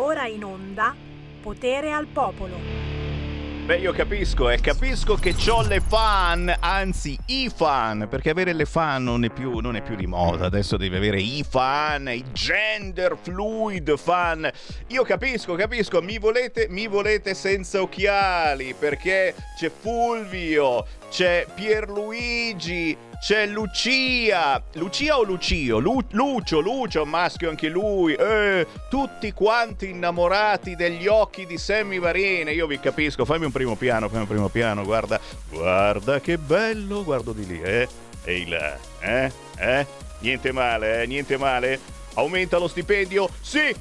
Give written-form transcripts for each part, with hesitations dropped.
ora in onda Potere al Popolo. Beh, io capisco che c'ho le fan, anzi i fan, perché avere le fan non è più di moda, adesso devi avere i fan, i gender fluid fan. Io capisco, mi volete senza occhiali, perché c'è Fulvio, c'è Pierluigi, c'è Lucia o Lucio? Lucio, maschio anche lui, tutti quanti innamorati degli occhi di Sammy Varin. Io vi capisco, fammi un primo piano, guarda che bello, guardo di lì, ehi là, niente male. Aumenta lo stipendio? Sì,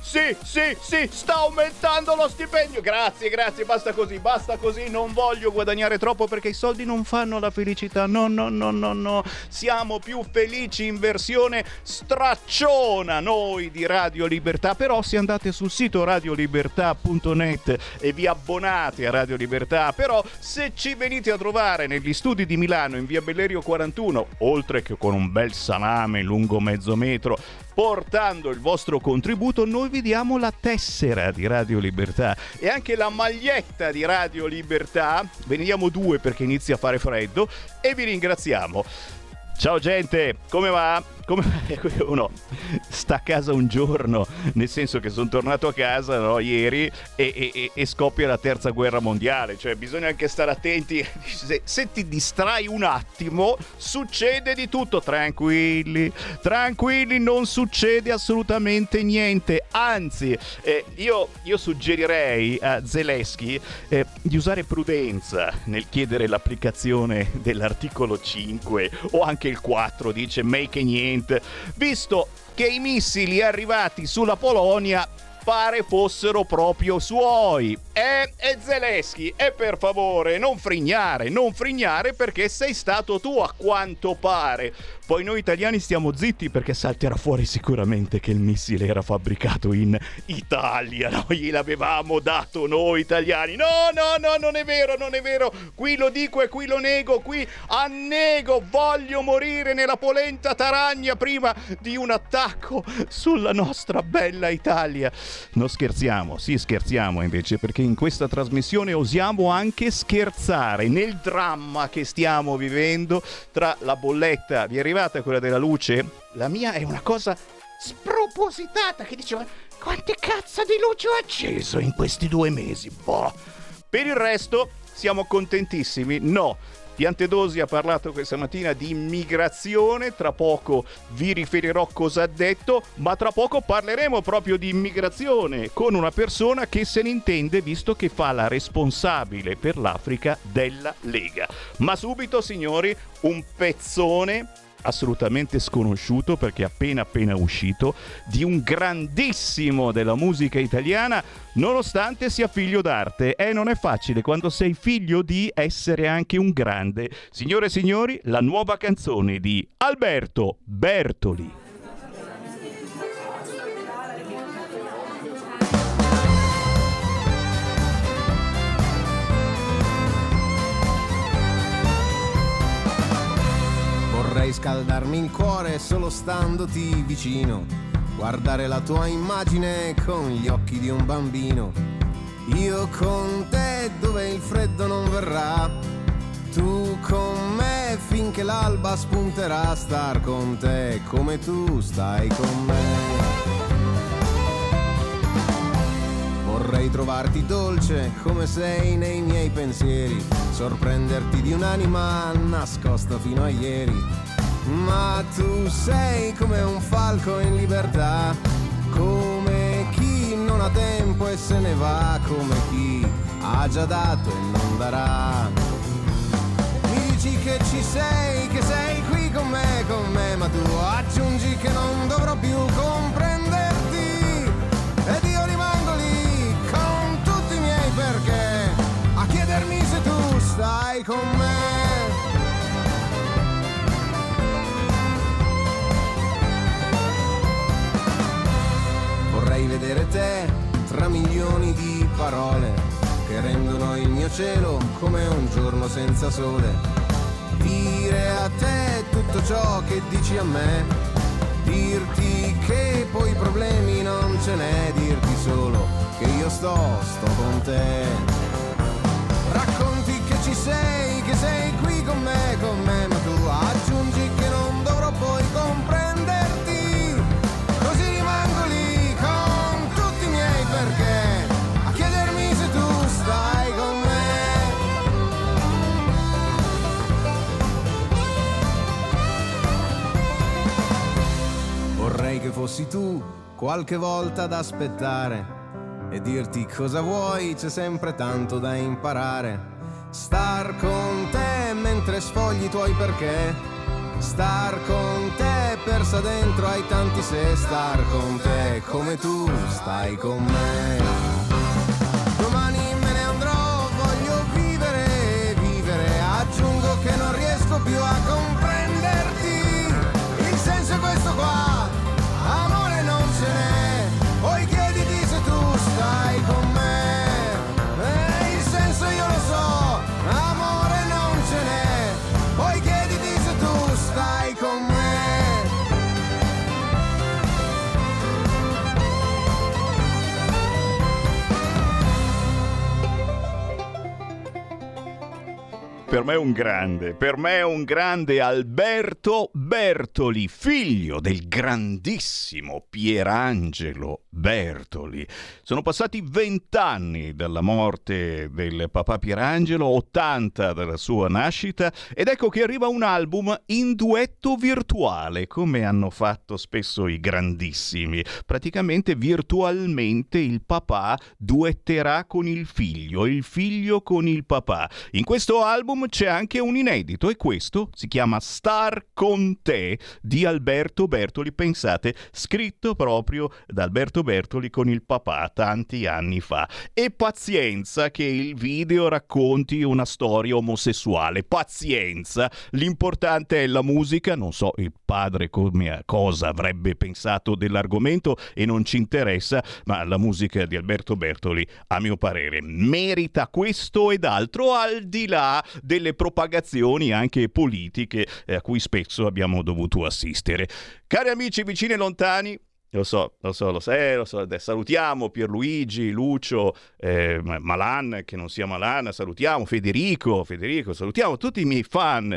sta aumentando lo stipendio. Grazie, basta così, non voglio guadagnare troppo perché i soldi non fanno la felicità. No. Siamo più felici in versione stracciona noi di Radio Libertà, però se andate sul sito radiolibertà.net e vi abbonate a Radio Libertà, però se ci venite a trovare negli studi di Milano in via Bellerio 41, oltre che con un bel salame lungo mezzo metro, portando il vostro contributo, noi vi diamo la tessera di Radio Libertà e anche la maglietta di Radio Libertà. Ve ne diamo 2 perché inizia a fare freddo e vi ringraziamo. Ciao gente, come va? Uno sta a casa un giorno, nel senso che sono tornato a casa, no, ieri e scoppia la terza guerra mondiale, cioè bisogna anche stare attenti. Se ti distrai un attimo succede di tutto. Tranquilli, non succede assolutamente niente, anzi io suggerirei a Zelensky di usare prudenza nel chiedere l'applicazione dell'articolo 5 o anche il 4, dice make niente, visto che i missili arrivati sulla Polonia pare fossero proprio suoi. E Zelensky, e per favore non frignare perché sei stato tu a quanto pare. Poi noi italiani stiamo zitti perché salterà fuori sicuramente che il missile era fabbricato in Italia, no? Gliel'avevamo dato noi italiani. No, non è vero. Qui lo dico e qui lo nego, qui annego, voglio morire nella polenta taragna prima di un attacco sulla nostra bella Italia. Non scherziamo, sì scherziamo invece, perché in questa trasmissione osiamo anche scherzare nel dramma che stiamo vivendo tra la bolletta. Vi è arrivata quella della luce? La mia è una cosa spropositata che diceva quante cazzo di luce ho acceso in questi 2 mesi. Boh. Per il resto siamo contentissimi. No. Piantedosi ha parlato questa mattina di immigrazione, tra poco vi riferirò cosa ha detto, ma tra poco parleremo proprio di immigrazione con una persona che se ne intende, visto che fa la responsabile per l'Africa della Lega. Ma subito, signori, un pezzone assolutamente sconosciuto perché appena uscito, di un grandissimo della musica italiana, nonostante sia figlio d'arte. Non è facile quando sei figlio di essere anche un grande. Signore e signori, la nuova canzone di Alberto Bertoli. Vorrei scaldarmi il cuore solo standoti vicino, guardare la tua immagine con gli occhi di un bambino. Io con te dove il freddo non verrà, tu con me finché l'alba spunterà. Star con te come tu stai con me. Vorrei trovarti dolce come sei nei miei pensieri, sorprenderti di un'anima nascosta fino a ieri. Ma tu sei come un falco in libertà, come chi non ha tempo e se ne va, come chi ha già dato e non darà. Mi dici che ci sei, che sei qui con me, ma tu aggiungi che non dovrò più comprenderti ed io rimango lì con tutti i miei perché a chiedermi se tu stai con me. Vorrei vedere te tra milioni di parole che rendono il mio cielo come un giorno senza sole. Dire a te tutto ciò che dici a me, dirti che poi problemi non ce n'è, dirti solo che io sto con te. Racconti che ci sei, che sei qui con me, ma tu aggiungi che non dovrò poi comprenderti. Così rimango lì con tutti i miei perché, a chiedermi se tu stai con me. Vorrei che fossi tu qualche volta ad aspettare e dirti cosa vuoi, c'è sempre tanto da imparare. Star con te mentre sfogli i tuoi perché, star con te persa dentro ai tanti se, star con te come tu stai con me. Domani me ne andrò, voglio vivere, aggiungo che non riesco più a comprenderti. Il senso è questo qua, amore non ce n'è, poi chiediti se tu stai con me. Il senso io lo so, amore non ce n'è, poi chiediti se tu stai con me. Per me è un grande Alberto Bertoli, figlio del grandissimo Pierangelo Bertoli. Sono passati 20 anni dalla morte del papà Pierangelo, 80 dalla sua nascita, ed ecco che arriva un album in duetto virtuale, come hanno fatto spesso i grandissimi. Praticamente virtualmente il papà duetterà con il figlio con il papà. In questo album c'è anche un inedito e questo si chiama Star con te di Alberto Bertoli, pensate, scritto proprio da Alberto Bertoli con il papà tanti anni fa. E pazienza che il video racconti una storia omosessuale, pazienza, l'importante è la musica, non so il padre cosa avrebbe pensato dell'argomento e non ci interessa, ma la musica di Alberto Bertoli a mio parere merita questo ed altro, al di là delle propagazioni anche politiche a cui spesso abbiamo dovuto assistere. Cari amici vicini e lontani, lo so, salutiamo Pierluigi, Lucio, Malan, che non sia Malan, salutiamo Federico, salutiamo tutti i miei fan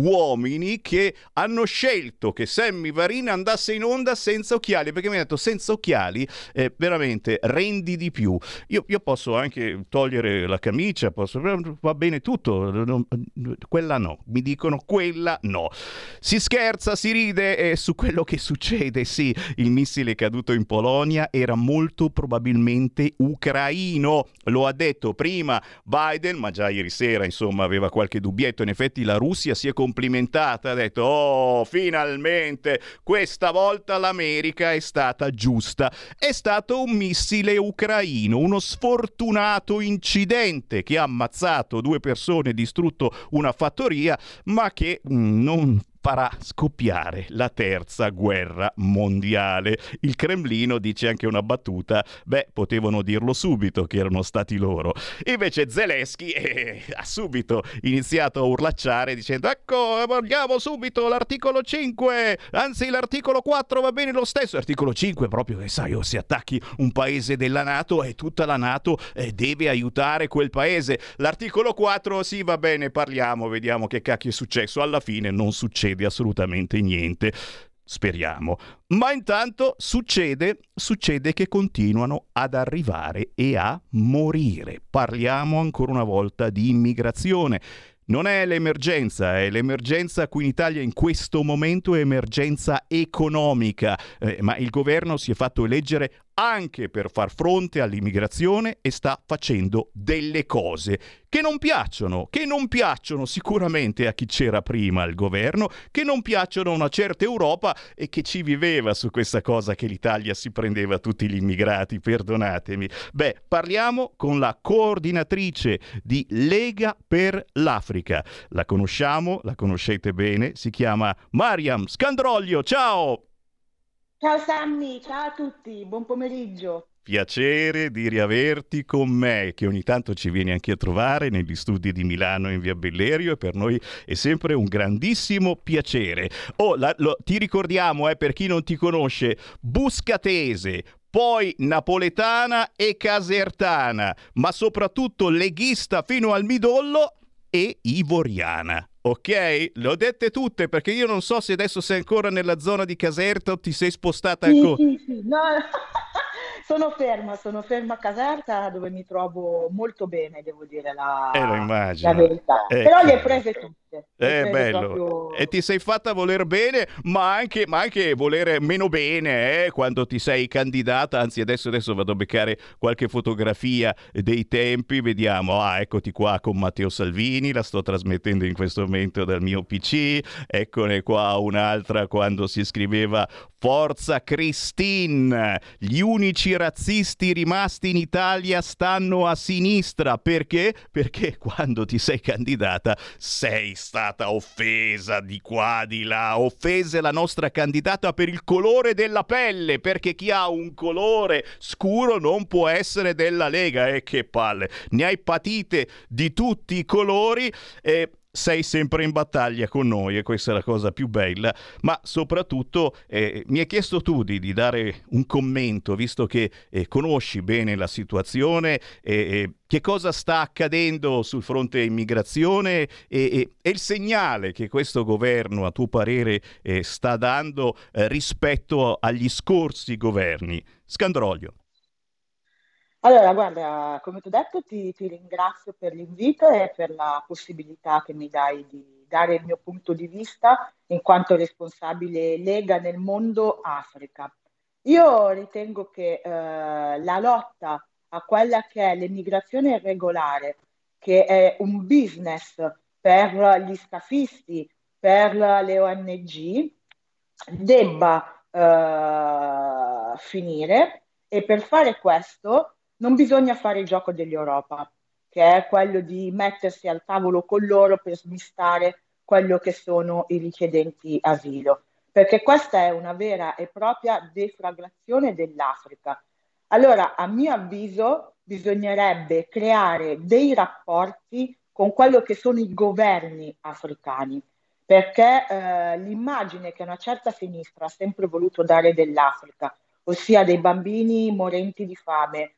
uomini che hanno scelto che Sammy Varin andasse in onda senza occhiali, perché mi ha detto senza occhiali veramente rendi di più. Io posso anche togliere la camicia, va bene tutto, quella no, mi dicono quella no. Si scherza, si ride su quello che succede. Sì, il missile caduto in Polonia era molto probabilmente ucraino, lo ha detto prima Biden, ma già ieri sera insomma aveva qualche dubbietto. In effetti la Russia si è complimentata, ha detto oh finalmente questa volta l'America è stata giusta, è stato un missile ucraino, uno sfortunato incidente che ha ammazzato 2 persone, distrutto una fattoria, ma che non farà scoppiare la terza guerra mondiale. Il Cremlino dice anche una battuta, potevano dirlo subito che erano stati loro. Invece Zelensky ha subito iniziato a urlacciare dicendo ecco, vogliamo subito l'articolo 5, anzi l'articolo 4 va bene lo stesso. L'articolo 5 proprio che sai, se attacchi un paese della NATO e tutta la NATO deve aiutare quel paese. L'articolo 4 sì va bene, parliamo, vediamo che cacchio è successo. Alla fine non succede assolutamente niente, speriamo, ma intanto succede che continuano ad arrivare e a morire. Parliamo ancora una volta di immigrazione. Non è l'emergenza, è l'emergenza qui in Italia in questo momento, è emergenza economica, ma il governo si è fatto eleggere anche per far fronte all'immigrazione e sta facendo delle cose che non piacciono sicuramente a chi c'era prima al governo, che non piacciono a una certa Europa e che ci viveva su questa cosa che l'Italia si prendeva tutti gli immigrati, perdonatemi. Parliamo con la coordinatrice di Lega per l'Africa. La conosciamo, la conoscete bene, si chiama Mariam Scandroglio. Ciao! Ciao Sammy, ciao a tutti, buon pomeriggio. Piacere di riaverti con me, che ogni tanto ci vieni anche a trovare negli studi di Milano in via Bellerio, e per noi è sempre un grandissimo piacere. Ti ricordiamo, per chi non ti conosce, Buscatese, poi napoletana e casertana, ma soprattutto leghista fino al midollo e ivoriana. Ok? Le ho dette tutte, perché io non so se adesso sei ancora nella zona di Caserta o ti sei spostata Sì, sì, sì, no, sono ferma a Caserta dove mi trovo molto bene, devo dire Lo la immagino. verità. È Però le hai chiaro. prese tutte, le hai prese Bello. E proprio... ti sei fatta voler bene, ma anche volere meno bene, quando ti sei candidata. Anzi, adesso vado a beccare qualche fotografia dei tempi, vediamo. Ah, eccoti qua con Matteo Salvini, la sto trasmettendo in questo momento dal mio PC. Eccone qua un'altra quando si scriveva Forza Christine, gli unici razzisti rimasti in Italia stanno a sinistra. Perché? Perché quando ti sei candidata sei stata offesa di qua, di là, offese la nostra candidata per il colore della pelle, perché chi ha un colore scuro non può essere della Lega. E che palle, ne hai patite di tutti i colori e sei sempre in battaglia con noi, e questa è la cosa più bella. Ma soprattutto mi hai chiesto tu di dare un commento, visto che conosci bene la situazione, che cosa sta accadendo sul fronte immigrazione e il segnale che questo governo, a tuo parere, sta dando rispetto agli scorsi governi. Scandroglio. Allora, guarda, come ti ho detto, ti ringrazio per l'invito e per la possibilità che mi dai di dare il mio punto di vista in quanto responsabile Lega nel mondo Africa. Io ritengo che la lotta a quella che è l'immigrazione irregolare, che è un business per gli scafisti, per le ONG, debba finire, e per fare questo non bisogna fare il gioco dell'Europa, che è quello di mettersi al tavolo con loro per smistare quello che sono i richiedenti asilo, perché questa è una vera e propria deflagrazione dell'Africa. Allora, a mio avviso, bisognerebbe creare dei rapporti con quello che sono i governi africani, perché l'immagine che una certa sinistra ha sempre voluto dare dell'Africa, ossia dei bambini morenti di fame,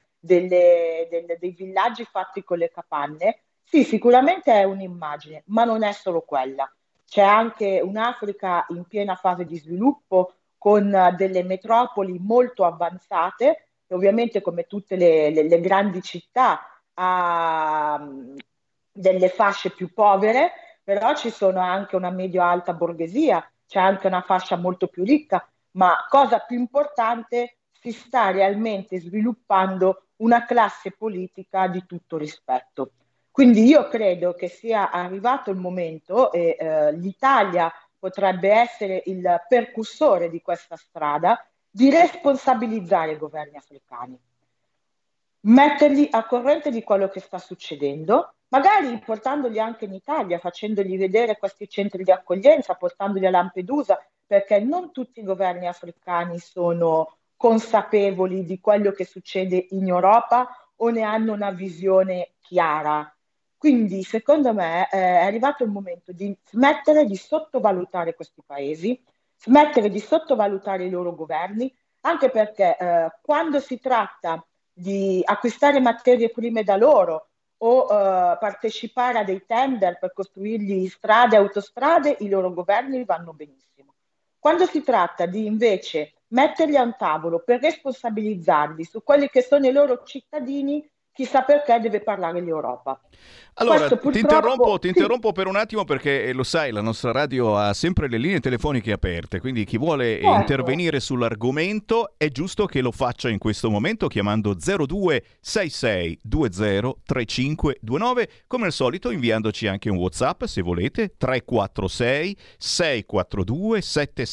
dei villaggi fatti con le capanne, sì, sicuramente è un'immagine, ma non è solo quella. C'è anche un'Africa in piena fase di sviluppo, con delle metropoli molto avanzate, e ovviamente come tutte le grandi città ha delle fasce più povere, però ci sono anche una medio-alta borghesia, c'è anche una fascia molto più ricca, ma cosa più importante, si sta realmente sviluppando una classe politica di tutto rispetto. Quindi io credo che sia arrivato il momento, e l'Italia potrebbe essere il percussore di questa strada, di responsabilizzare i governi africani, metterli a corrente di quello che sta succedendo, magari portandoli anche in Italia, facendogli vedere questi centri di accoglienza, portandoli a Lampedusa, perché non tutti i governi africani sono consapevoli di quello che succede in Europa o ne hanno una visione chiara. Quindi, secondo me, è arrivato il momento di smettere di sottovalutare questi paesi, smettere di sottovalutare i loro governi, anche perché quando si tratta di acquistare materie prime da loro o partecipare a dei tender per costruirgli strade e autostrade, i loro governi vanno benissimo. Quando si tratta di invece metterli a un tavolo per responsabilizzarli su quelli che sono i loro cittadini, chissà perché deve parlare l'Europa. Allora, Questo purtroppo ti sì, interrompo per un attimo, perché lo sai, la nostra radio ha sempre le linee telefoniche aperte, quindi chi vuole certo. intervenire sull'argomento è giusto che lo faccia in questo momento chiamando 0266 20 3529, come al solito inviandoci anche un WhatsApp se volete, 346 642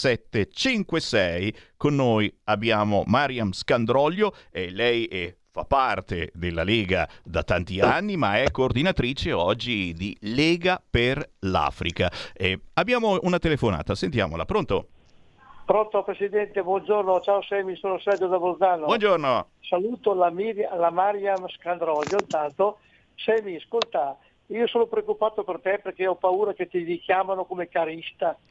7756. Con noi abbiamo Mariam Scandroglio, e lei fa parte della Lega da tanti anni, ma è coordinatrice oggi di Lega per l'Africa. Abbiamo una telefonata, sentiamola. Pronto? Pronto Presidente, buongiorno, ciao Semi, sono Sergio da Bolzano. Buongiorno. Saluto la Mariam Scandroglio. Intanto, Semi, ascolta, io sono preoccupato per te perché ho paura che ti richiamano come carista.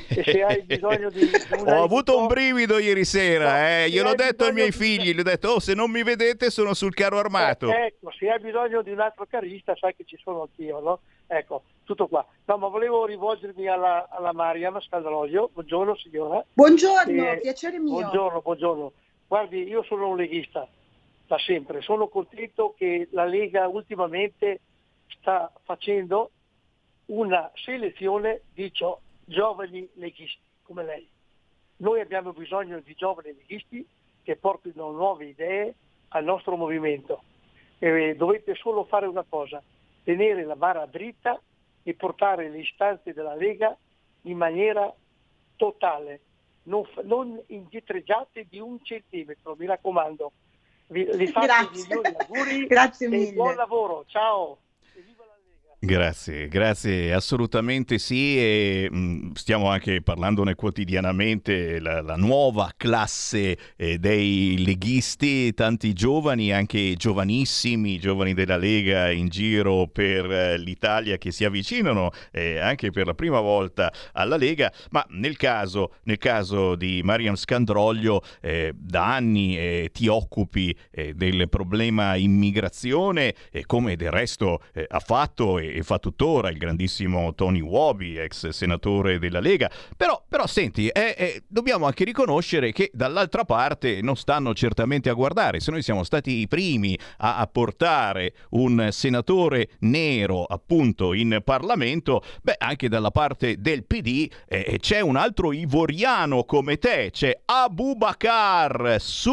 E se hai bisogno di un Ho avuto un aiuto, brivido ieri sera, no, se gliel'ho hai detto ai miei bisogno di- figli, gli ho detto, oh, se non mi vedete sono sul carro armato. ecco, se hai bisogno di un altro carista, sai che ci sono anch'io, no? Ecco, tutto qua. No, ma volevo rivolgermi alla Mariam Scandaloglio. Buongiorno signora. Buongiorno, piacere mio. Buongiorno. Guardi, io sono un leghista da sempre. Sono contento che la Lega ultimamente sta facendo una selezione di giovani leghisti come lei. Noi abbiamo bisogno di giovani leghisti che portino nuove idee al nostro movimento. E dovete solo fare una cosa, tenere la barra dritta e portare le istanze della Lega in maniera totale. Non indietreggiate di un centimetro, mi raccomando. Vi faccio i migliori auguri. Grazie e mille. buon lavoro, ciao. E viva la Lega. Grazie, assolutamente sì, e stiamo anche parlandone quotidianamente, la nuova classe dei leghisti, tanti giovani, anche giovanissimi, giovani della Lega in giro per l'Italia che si avvicinano anche per la prima volta alla Lega, ma nel caso di Mariam Scandroglio da anni ti occupi del problema immigrazione, come del resto ha fatto e fa tuttora il grandissimo Tony Wobi, ex senatore della Lega. Però senti, dobbiamo anche riconoscere che dall'altra parte non stanno certamente a guardare. Se noi siamo stati i primi a portare un senatore nero appunto in Parlamento, anche dalla parte del PD c'è un altro ivoriano come te, c'è Abubakar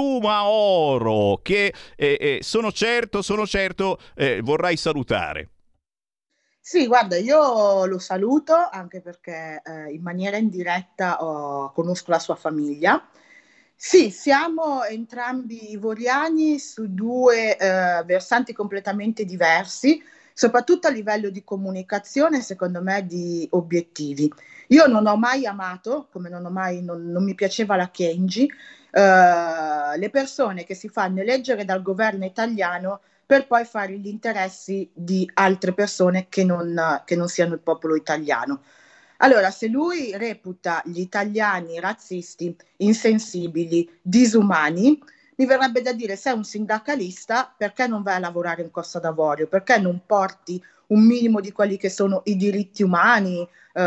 Sumaoro, che sono certo vorrai salutare. Sì, guarda, io lo saluto anche perché in maniera indiretta conosco la sua famiglia. Sì, siamo entrambi ivoriani su due versanti completamente diversi, soprattutto a livello di comunicazione, secondo me, di obiettivi. Io non ho mai amato, come non mi piaceva la Kenji, le persone che si fanno eleggere dal governo italiano per poi fare gli interessi di altre persone che non siano il popolo italiano. Allora, se lui reputa gli italiani razzisti, insensibili, disumani, mi verrebbe da dire, sei un sindacalista, perché non vai a lavorare in Costa d'Avorio? Perché non porti un minimo di quelli che sono i diritti umani,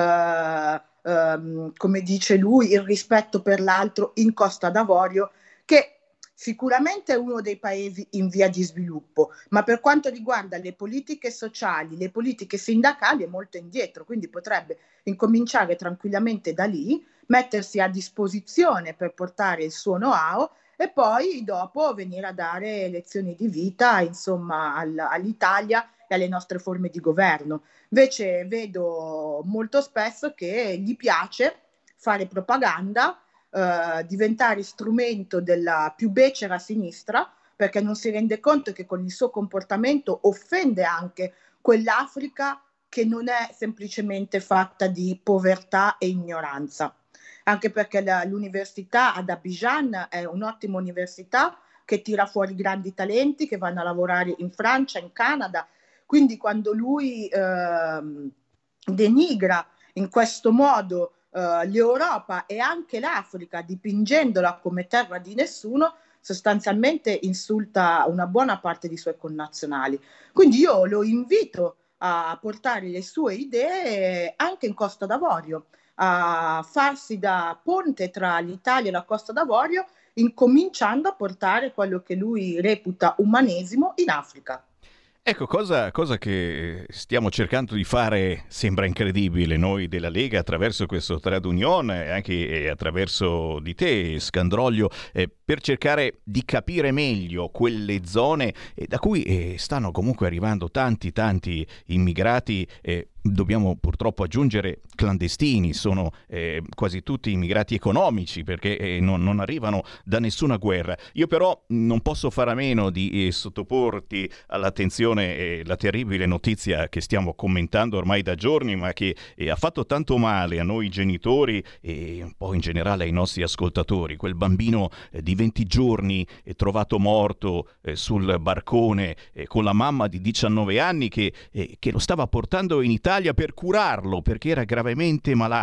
come dice lui, il rispetto per l'altro in Costa d'Avorio, che sicuramente è uno dei paesi in via di sviluppo, ma per quanto riguarda le politiche sociali, le politiche sindacali è molto indietro, quindi potrebbe incominciare tranquillamente da lì, mettersi a disposizione per portare il suo know-how e poi dopo venire a dare lezioni di vita, insomma, all'Italia e alle nostre forme di governo. Invece vedo molto spesso che gli piace fare propaganda, diventare strumento della più becera sinistra, perché non si rende conto che con il suo comportamento offende anche quell'Africa che non è semplicemente fatta di povertà e ignoranza, anche perché l'università ad Abidjan è un'ottima università che tira fuori grandi talenti che vanno a lavorare in Francia, in Canada. Quindi quando lui denigra in questo modo l'Europa e anche l'Africa, dipingendola come terra di nessuno, sostanzialmente insulta una buona parte di suoi connazionali. Quindi io lo invito a portare le sue idee anche in Costa d'Avorio, a farsi da ponte tra l'Italia e la Costa d'Avorio, incominciando a portare quello che lui reputa umanesimo in Africa. Ecco, cosa che stiamo cercando di fare, sembra incredibile, noi della Lega attraverso questo Trade Union e anche attraverso di te, Scandroglio, per cercare di capire meglio quelle zone da cui stanno comunque arrivando tanti immigrati. Dobbiamo purtroppo aggiungere clandestini, sono quasi tutti immigrati economici perché non arrivano da nessuna guerra. Io però non posso fare a meno di sottoporti all'attenzione la terribile notizia che stiamo commentando ormai da giorni, ma che ha fatto tanto male a noi genitori e un po' in generale ai nostri ascoltatori. Quel bambino di 20 giorni trovato morto sul barcone con la mamma di 19 anni che lo stava portando in Italia per curarlo perché era gravemente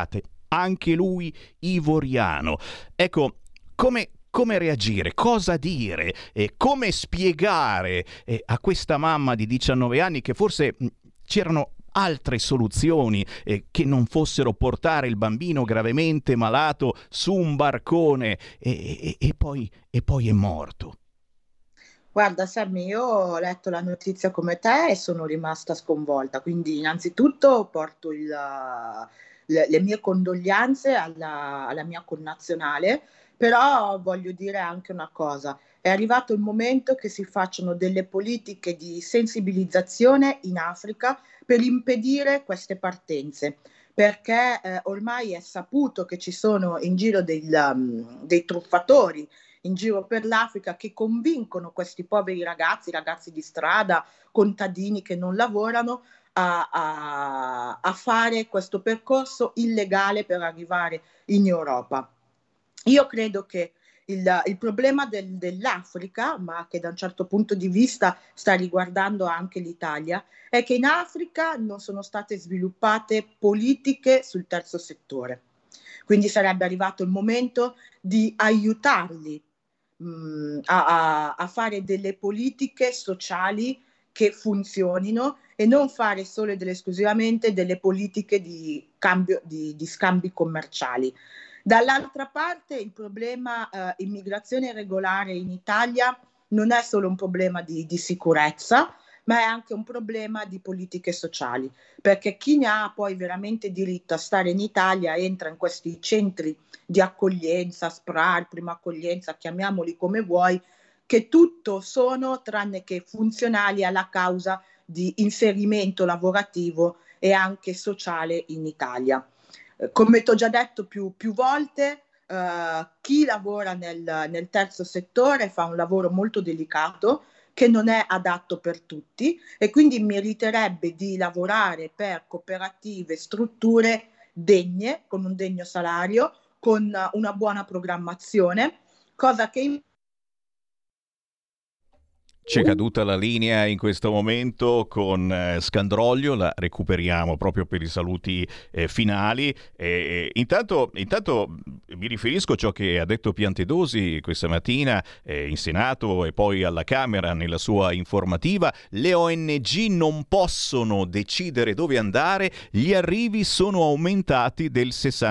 anche lui ivoriano. Ecco, come reagire, cosa dire, come spiegare a questa mamma di 19 anni che forse c'erano altre soluzioni che non fossero portare il bambino gravemente malato su un barcone e poi è morto. Guarda, Sammy, io ho letto la notizia come te e sono rimasta sconvolta, quindi innanzitutto porto le mie condoglianze alla mia connazionale, però voglio dire anche una cosa, è arrivato il momento che si facciano delle politiche di sensibilizzazione in Africa per impedire queste partenze, perché ormai è saputo che ci sono in giro dei truffatori in giro per l'Africa che convincono questi poveri ragazzi di strada, contadini che non lavorano, a fare questo percorso illegale per arrivare in Europa. Io credo che il problema dell'Africa, ma che da un certo punto di vista sta riguardando anche l'Italia, è che in Africa non sono state sviluppate politiche sul terzo settore. Quindi sarebbe arrivato il momento di aiutarli a fare delle politiche sociali che funzionino e non fare solo ed esclusivamente delle politiche di scambi commerciali. Dall'altra parte il problema immigrazione regolare in Italia non è solo un problema di sicurezza, ma è anche un problema di politiche sociali, perché chi ne ha poi veramente diritto a stare in Italia entra in questi centri di accoglienza, SPRAR, prima accoglienza, chiamiamoli come vuoi, che tutto sono tranne che funzionali alla causa di inserimento lavorativo e anche sociale in Italia. Come ti ho già detto più volte, chi lavora nel terzo settore fa un lavoro molto delicato, che non è adatto per tutti e quindi meriterebbe di lavorare per cooperative, strutture degne, con un degno salario, con una buona programmazione, cosa che C'è caduta la linea in questo momento con Scandroglio, la recuperiamo proprio per i saluti finali. Intanto mi riferisco a ciò che ha detto Piantedosi questa mattina in Senato e poi alla Camera nella sua informativa. Le ONG non possono decidere dove andare, gli arrivi sono aumentati del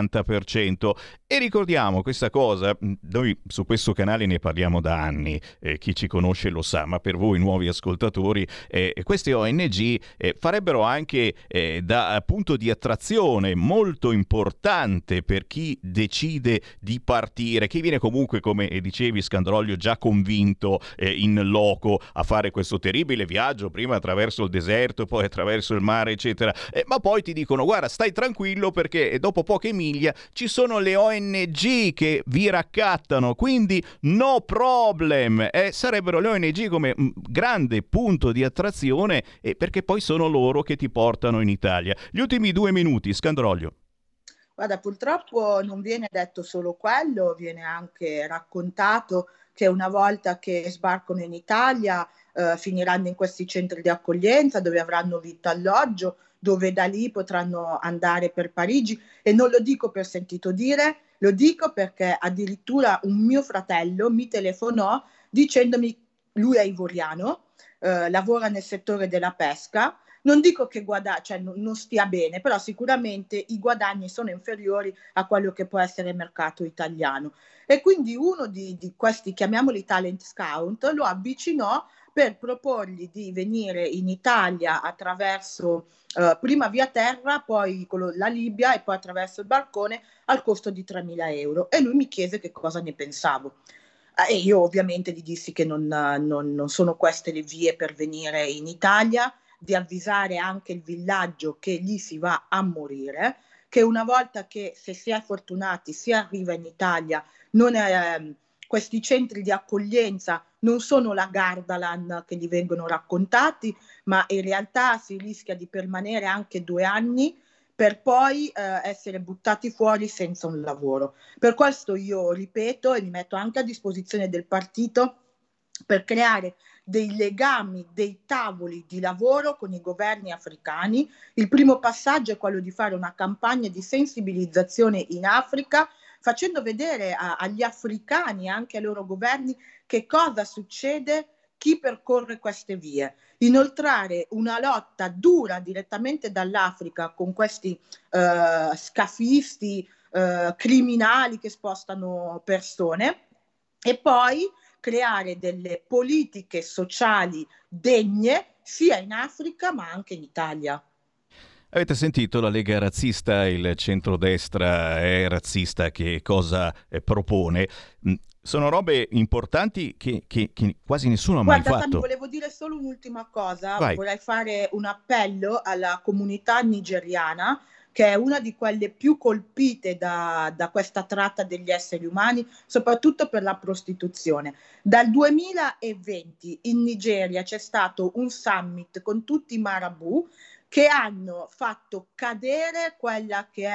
60%. E ricordiamo questa cosa, noi su questo canale ne parliamo da anni, chi ci conosce lo sa, ma per voi nuovi ascoltatori, queste ONG farebbero anche da punto di attrazione molto importante per chi decide di partire, chi viene comunque, come dicevi Scandroglio, già convinto in loco a fare questo terribile viaggio, prima attraverso il deserto, poi attraverso il mare, eccetera, ma poi ti dicono guarda, stai tranquillo perché dopo poche miglia ci sono le ONG che vi raccattano, quindi no problem. Sarebbero le ONG come grande punto di attrazione perché poi sono loro che ti portano in Italia. Gli ultimi 2 minuti, Scandroglio. Guarda, purtroppo non viene detto solo quello, viene anche raccontato che una volta che sbarcano in Italia finiranno in questi centri di accoglienza dove avranno vitto, alloggio, dove da lì potranno andare per Parigi, e non lo dico per sentito dire, lo dico perché addirittura un mio fratello mi telefonò dicendomi, lui è ivoriano, lavora nel settore della pesca, non dico che non stia bene, però sicuramente i guadagni sono inferiori a quello che può essere il mercato italiano. E quindi uno di questi, chiamiamoli talent scout, lo avvicinò per proporgli di venire in Italia attraverso prima via terra, poi con la Libia e poi attraverso il barcone al costo di 3.000 euro. E lui mi chiese che cosa ne pensavo. E io ovviamente gli dissi che non sono queste le vie per venire in Italia, di avvisare anche il villaggio che lì si va a morire, che una volta che, se si è fortunati, si arriva in Italia, questi centri di accoglienza non sono la Gardaland che gli vengono raccontati, ma in realtà si rischia di permanere anche 2 anni per poi essere buttati fuori senza un lavoro. Per questo io ripeto e mi metto anche a disposizione del partito per creare dei legami, dei tavoli di lavoro con i governi africani. Il primo passaggio è quello di fare una campagna di sensibilizzazione in Africa, facendo vedere agli africani e anche ai loro governi che cosa succede, chi percorre queste vie. Inoltrare una lotta dura direttamente dall'Africa con questi scafisti, criminali che spostano persone, e poi creare delle politiche sociali degne sia in Africa ma anche in Italia. Avete sentito, la Lega è razzista, il centrodestra è razzista, che cosa propone? Sono robe importanti che quasi nessuno ha mai fatto. Guarda, Sammy, volevo dire solo un'ultima cosa. Vai. Vorrei fare un appello alla comunità nigeriana, che è una di quelle più colpite da questa tratta degli esseri umani, soprattutto per la prostituzione. Dal 2020 in Nigeria c'è stato un summit con tutti i marabù che hanno fatto cadere quella che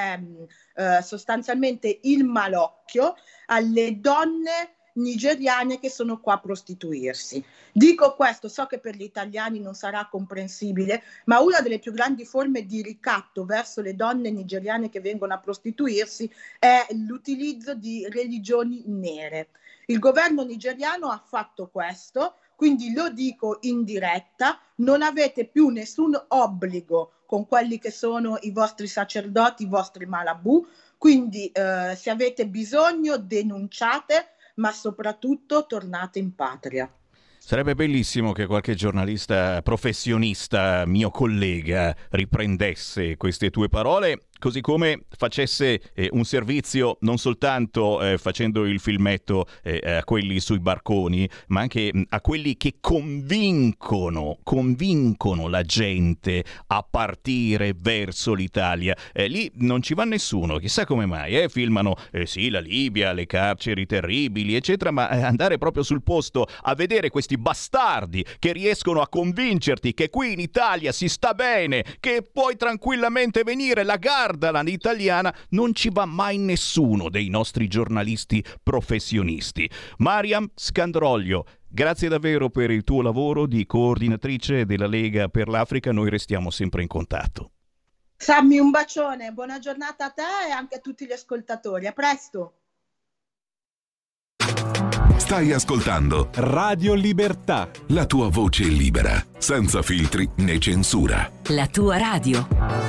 è sostanzialmente il malocchio alle donne nigeriane che sono qua a prostituirsi. Dico questo, so che per gli italiani non sarà comprensibile, ma una delle più grandi forme di ricatto verso le donne nigeriane che vengono a prostituirsi è l'utilizzo di religioni nere. Il governo nigeriano ha fatto questo, quindi lo dico in diretta: non avete più nessun obbligo con quelli che sono i vostri sacerdoti, i vostri malabù, quindi se avete bisogno denunciate, ma soprattutto tornate in patria. Sarebbe bellissimo che qualche giornalista professionista, mio collega, riprendesse queste tue parole, così come facesse un servizio non soltanto facendo il filmetto a quelli sui barconi, ma anche a quelli che convincono la gente a partire verso l'Italia. Lì non ci va nessuno, chissà come mai. Filmano sì, la Libia, le carceri terribili, eccetera, ma andare proprio sul posto a vedere questi bastardi che riescono a convincerti che qui in Italia si sta bene, che puoi tranquillamente venire, la Gardaland italiana, non ci va mai nessuno dei nostri giornalisti professionisti. Mariam Scandroglio, grazie davvero per il tuo lavoro di coordinatrice della Lega per l'Africa, noi restiamo sempre in contatto. Sammy, un bacione, buona giornata a te e anche a tutti gli ascoltatori, a presto! Stai ascoltando Radio Libertà, la tua voce libera, senza filtri né censura. La tua radio.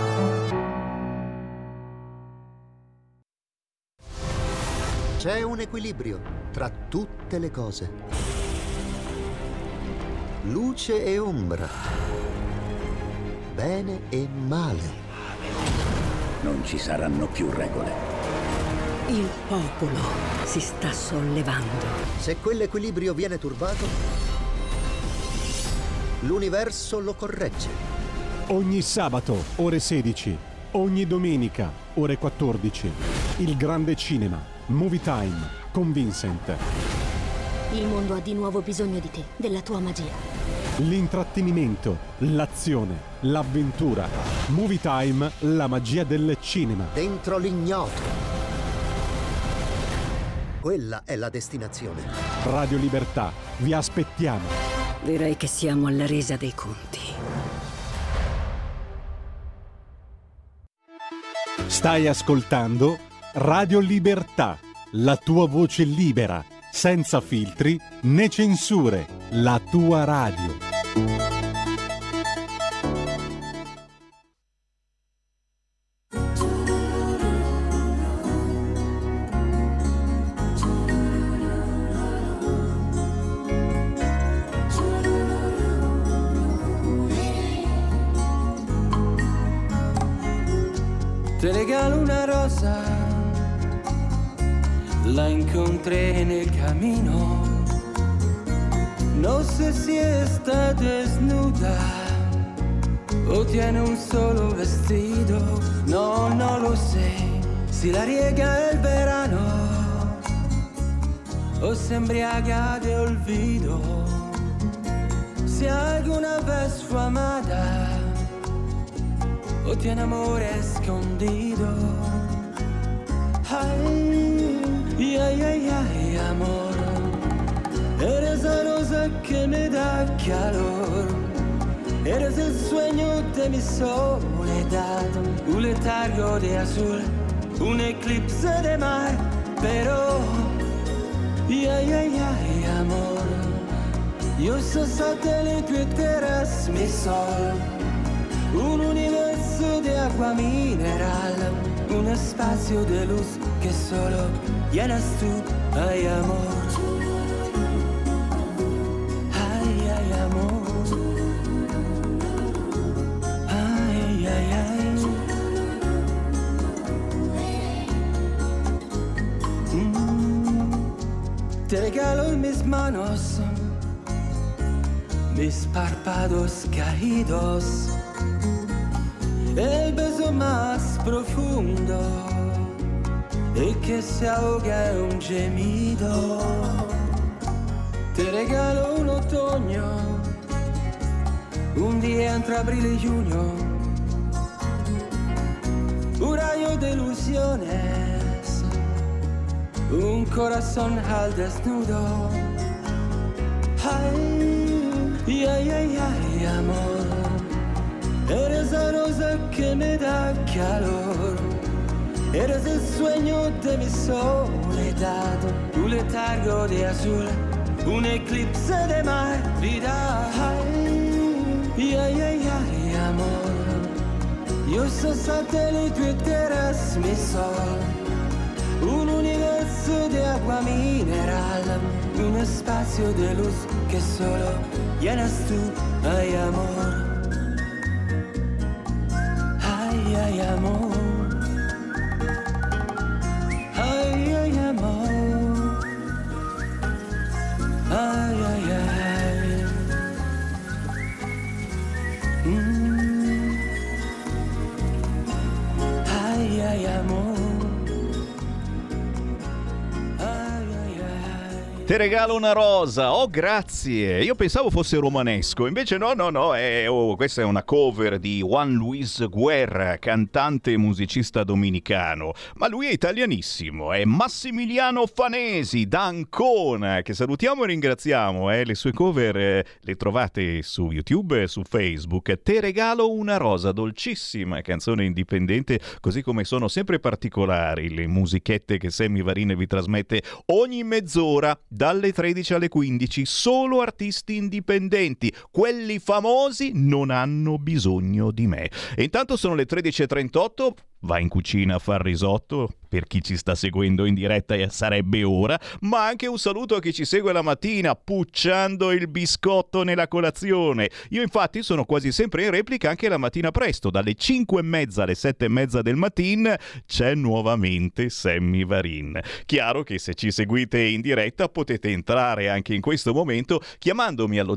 C'è un equilibrio tra tutte le cose. Luce e ombra. Bene e male. Non ci saranno più regole. Il popolo si sta sollevando. Se quell'equilibrio viene turbato, l'universo lo corregge. ogni sabato ore 16, ogni domenica ore 14. Il grande cinema, Movie Time con Vincent. Il mondo ha di nuovo bisogno di te, della tua magia. L'intrattenimento, l'azione, l'avventura. Movie Time, la magia del cinema. Dentro l'ignoto. Quella è la destinazione. Radio Libertà, vi aspettiamo. Direi che siamo alla resa dei conti. Stai ascoltando Radio Libertà, la tua voce libera, senza filtri né censure, la tua radio. Te regalo una rosa, la encontré nel camino. No sé si está desnuda o tiene un solo vestido. No, no lo sé. Si la riega el verano o se embriaga de olvido. Si alguna vez fue amada o tiene amor escondido. Ay, ay, ay, ay, amor. Eres la rosa que me da calor, eres el sueño de mi soledad, un letargo de azul, un eclipse de mar, pero, ay, amor, yo soy satélite y tú eres mi sol, un universo de agua mineral, un espacio de luz que solo llenas tú, ay, amor. Te regalo en mis manos mis párpados caídos, el beso más profundo, el que se ahoga en un gemido. Te regalo un otoño, un día entre abril y junio, un rayo de ilusiones, un corazón al desnudo. Ay, amor, eres la rosa que me da calor, eres el sueño de mi soledad, un letargo de azul, un eclipse de mar, vida. Ay, amor, yo soy satélite y tú eres mi sol, un universo de agua mineral, un espacio de luz que solo llenas tú, ay, amor. Ay, amor. Ay, amor. Ay. Ay, amor. Te regalo una rosa, oh grazie, io pensavo fosse romanesco, invece no, questa è una cover di Juan Luis Guerra, cantante e musicista dominicano, ma lui è italianissimo, è Massimiliano Fanesi da Ancona, che salutiamo e ringraziamo, le sue cover le trovate su YouTube e su Facebook. Te regalo una rosa, dolcissima canzone indipendente, così come sono sempre particolari le musichette che Sammy Varin vi trasmette ogni mezz'ora, dalle 13 alle 15, solo artisti indipendenti, quelli famosi non hanno bisogno di me. E intanto sono le 13.38, va in cucina a far risotto, per chi ci sta seguendo in diretta sarebbe ora, ma anche un saluto a chi ci segue la mattina pucciando il biscotto nella colazione. Io infatti sono quasi sempre in replica anche la mattina presto, dalle 5:30 alle 7:30 del mattino c'è nuovamente Sammy Varin. Chiaro che se ci seguite in diretta potete entrare anche in questo momento chiamandomi allo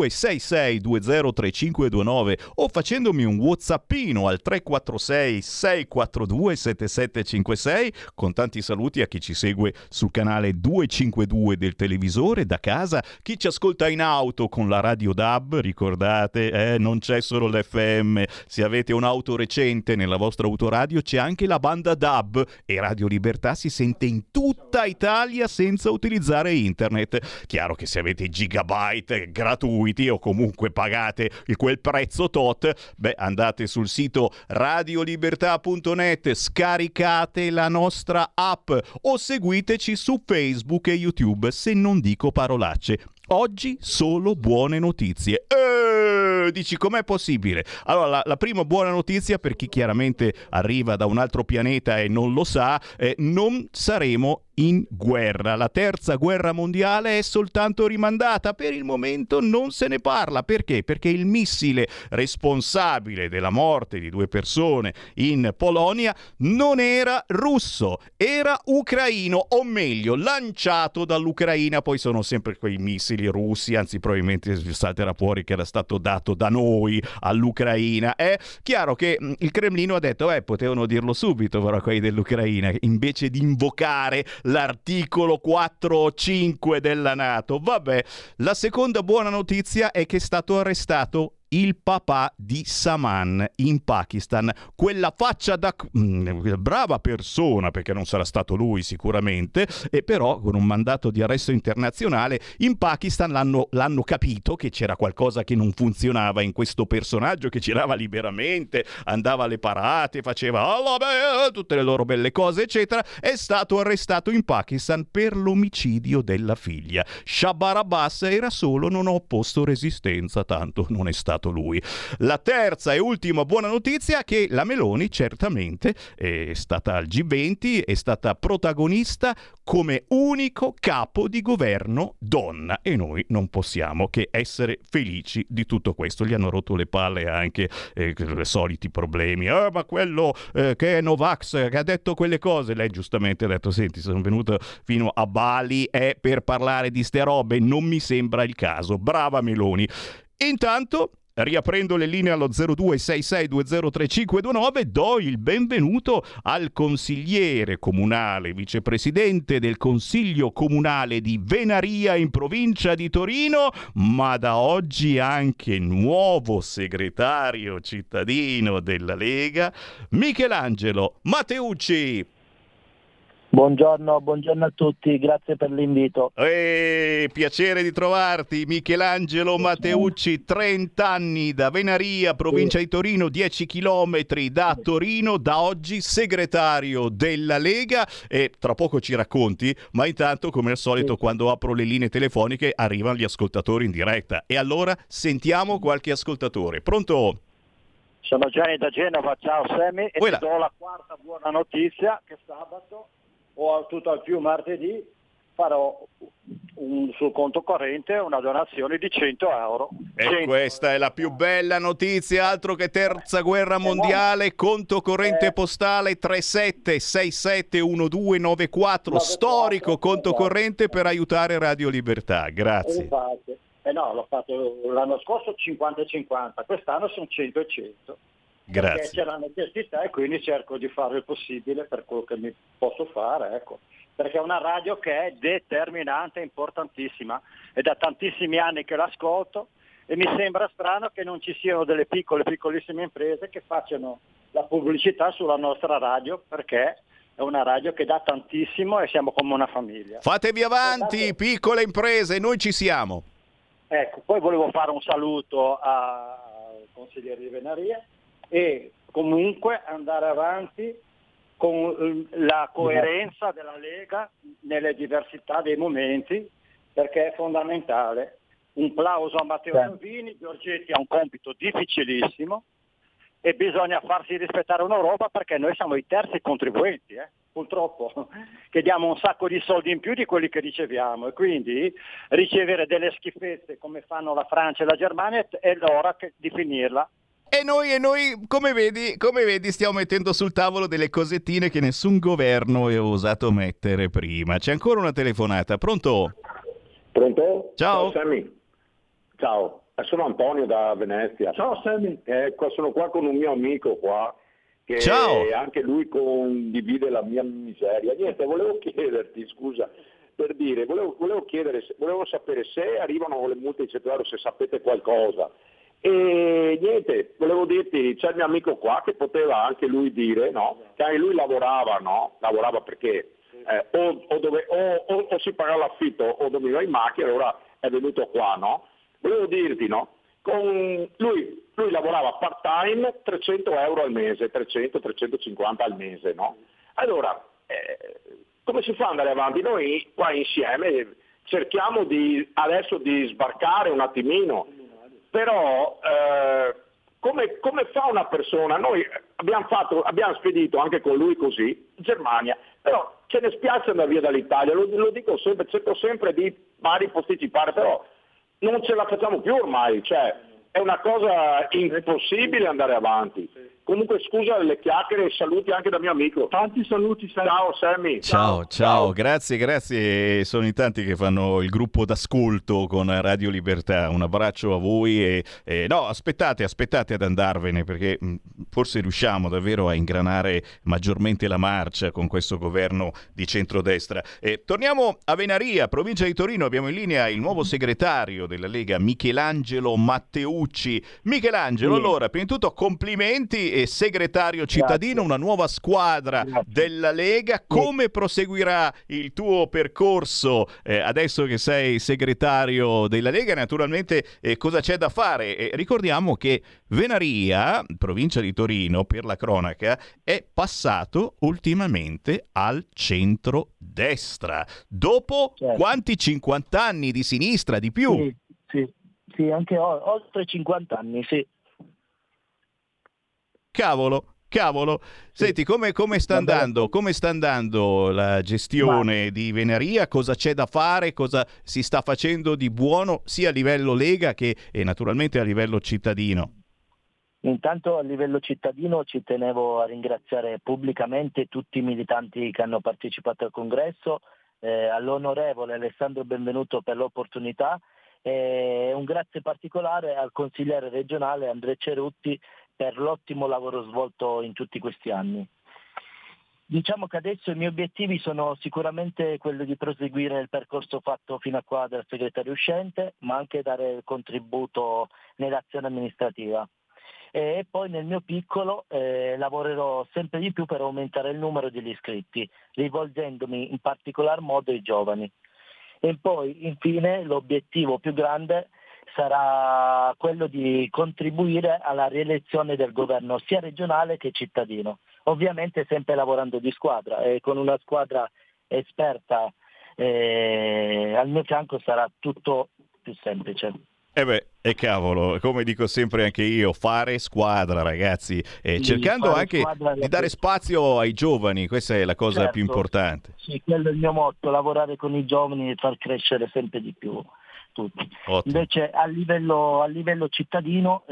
0266203529 o facendomi un whatsappino al 346 642 7756, con tanti saluti a chi ci segue sul canale 252 del televisore da casa, chi ci ascolta in auto con la radio DAB, ricordate, non c'è solo l'FM, se avete un'auto recente nella vostra autoradio c'è anche la banda DAB e Radio Libertà si sente in tutta Italia senza utilizzare internet. Chiaro che se avete gigabyte gratuiti o comunque pagate quel prezzo tot, andate sul sito radiolibertà.net, scaricate la nostra app o seguiteci su Facebook e YouTube, se non dico parolacce. Oggi solo buone notizie. Dici com'è possibile? Allora la prima buona notizia per chi chiaramente arriva da un altro pianeta e non lo sa, non saremo in guerra. La terza guerra mondiale è soltanto rimandata, per il momento non se ne parla. Perché? Perché il missile responsabile della morte di 2 persone in Polonia non era russo, era ucraino, o meglio lanciato dall'Ucraina. Poi sono sempre quei missili russi, anzi probabilmente salterà fuori che era stato dato da noi all'Ucraina. È chiaro che il Cremlino ha detto potevano dirlo subito però quelli dell'Ucraina, invece di invocare l'articolo 4 o 5 della NATO. Vabbè, la seconda buona notizia è che è stato arrestato il papà di Saman in Pakistan. Quella faccia da brava persona, perché non sarà stato lui sicuramente, e però con un mandato di arresto internazionale in Pakistan l'hanno capito che c'era qualcosa che non funzionava in questo personaggio che girava liberamente, andava alle parate, faceva tutte le loro belle cose eccetera. È stato arrestato in Pakistan per l'omicidio della figlia. Shahbar Abbas era solo, non ho opposto resistenza, tanto non è stato lui. La terza e ultima buona notizia è che la Meloni certamente è stata al G20, è stata protagonista come unico capo di governo donna, e noi non possiamo che essere felici di tutto questo. Gli hanno rotto le palle anche i soliti problemi, ma quello che è Novax che ha detto quelle cose, lei giustamente ha detto senti, sono venuto fino a Bali per parlare di ste robe, non mi sembra il caso. Brava Meloni. Intanto riaprendo le linee allo 0266203529, do il benvenuto al consigliere comunale, vicepresidente del Consiglio Comunale di Venaria in provincia di Torino, ma da oggi anche nuovo segretario cittadino della Lega, Michelangelo Matteucci. Buongiorno a tutti, grazie per l'invito. Piacere di trovarti, Michelangelo Matteucci, 30 anni da Venaria, provincia di Torino, 10 chilometri da Torino, da oggi segretario della Lega, e tra poco ci racconti, ma intanto come al solito quando apro le linee telefoniche arrivano gli ascoltatori in diretta, e allora sentiamo qualche ascoltatore. Pronto? Sono Gianni da Genova, ciao Sammy, e ti do la quarta buona notizia, che sabato o tutto al più martedì farò sul conto corrente una donazione di 100 euro. E questa è la più bella notizia, altro che terza guerra mondiale. Conto corrente postale 37671294, storico conto corrente per aiutare Radio Libertà. Grazie. L'ho fatto l'anno scorso 50-50, quest'anno sono 100 e 100. Grazie. Perché c'è la necessità e quindi cerco di fare il possibile per quello che mi posso fare, ecco. Perché è una radio che è determinante, importantissima, è da tantissimi anni che l'ascolto e mi sembra strano che non ci siano delle piccolissime imprese che facciano la pubblicità sulla nostra radio, perché è una radio che dà tantissimo e siamo come una famiglia. Fatevi avanti, piccole imprese, noi ci siamo. Ecco, poi volevo fare un saluto al consigliere di Venaria e comunque andare avanti con la coerenza della Lega nelle diversità dei momenti, perché è fondamentale. Un plauso a Matteo Salvini. Giorgetti ha un compito difficilissimo e bisogna farsi rispettare un'Europa, perché noi siamo i terzi contribuenti, purtroppo, che diamo un sacco di soldi in più di quelli che riceviamo, e quindi ricevere delle schifezze come fanno la Francia e la Germania è l'ora di finirla. E noi come vedi, stiamo mettendo sul tavolo delle cosettine che nessun governo ha osato mettere prima. C'è ancora una telefonata. Pronto? Pronto? Ciao. Sammy. Ciao, sono Antonio da Venezia. Ciao Sammy. Sono qua con un mio amico qua, che anche lui condivide la mia miseria. Niente, volevo chiederti, scusa, per dire, volevo sapere se arrivano le multe di 100 euro, se sapete qualcosa. E niente, volevo dirti, c'è il mio amico qua che poteva anche lui dire, no? Che anche lui lavorava, no? Lavorava perché o si pagava l'affitto o dormiva in macchina, allora è venuto qua, no? Volevo dirti, no? Con lui lavorava part time 300 euro al mese, 300-350 al mese, no? Allora, come si fa ad andare avanti? Noi qua insieme cerchiamo adesso di sbarcare un attimino, però come fa una persona? Noi abbiamo spedito anche con lui così in Germania, però ce ne spiace andare via dall'Italia, lo dico sempre, cerco sempre di posticipare, però non ce la facciamo più ormai, cioè è una cosa impossibile andare avanti. Comunque scusa le chiacchiere e saluti anche da mio amico. Tanti saluti. Ciao Sammy. Ciao, grazie. Sono in tanti che fanno il gruppo d'ascolto con Radio Libertà. Un abbraccio a voi e no, aspettate ad andarvene, perché forse riusciamo davvero a ingranare maggiormente la marcia con questo governo di centrodestra. Torniamo a Venaria, provincia di Torino. Abbiamo in linea il nuovo segretario della Lega, Michelangelo Matteucci. Michelangelo, allora, prima di tutto complimenti, e segretario cittadino, una nuova squadra della Lega. Come proseguirà il tuo percorso adesso che sei segretario della Lega? Naturalmente cosa c'è da fare? Ricordiamo che Venaria, provincia di Torino, per la cronaca, è passato ultimamente al centro-destra. Dopo quanti 50 anni di sinistra, di più? Sì, anche oltre 50 anni, sì. Cavolo. Senti, come sta andando? Come sta andando la gestione di Venaria? Cosa c'è da fare? Cosa si sta facendo di buono sia a livello Lega che naturalmente a livello cittadino? Intanto a livello cittadino ci tenevo a ringraziare pubblicamente tutti i militanti che hanno partecipato al congresso, all'onorevole Alessandro Benvenuto per l'opportunità, e un grazie particolare al consigliere regionale Andrea Cerutti per l'ottimo lavoro svolto in tutti questi anni. Diciamo che adesso i miei obiettivi sono sicuramente quello di proseguire il percorso fatto fino a qua dal segretario uscente, ma anche dare il contributo nell'azione amministrativa. E poi nel mio piccolo lavorerò sempre di più per aumentare il numero degli iscritti, rivolgendomi in particolar modo ai giovani. E poi infine l'obiettivo più grande sarà quello di contribuire alla rielezione del governo sia regionale che cittadino, ovviamente sempre lavorando di squadra, e con una squadra esperta al mio fianco sarà tutto più semplice. E cavolo, come dico sempre anche io, fare squadra, ragazzi, cercando anche di dare spazio ai giovani, questa è la cosa più importante. Sì, quello è il mio motto, lavorare con i giovani e far crescere sempre di più tutti. Ottimo. Invece a livello cittadino,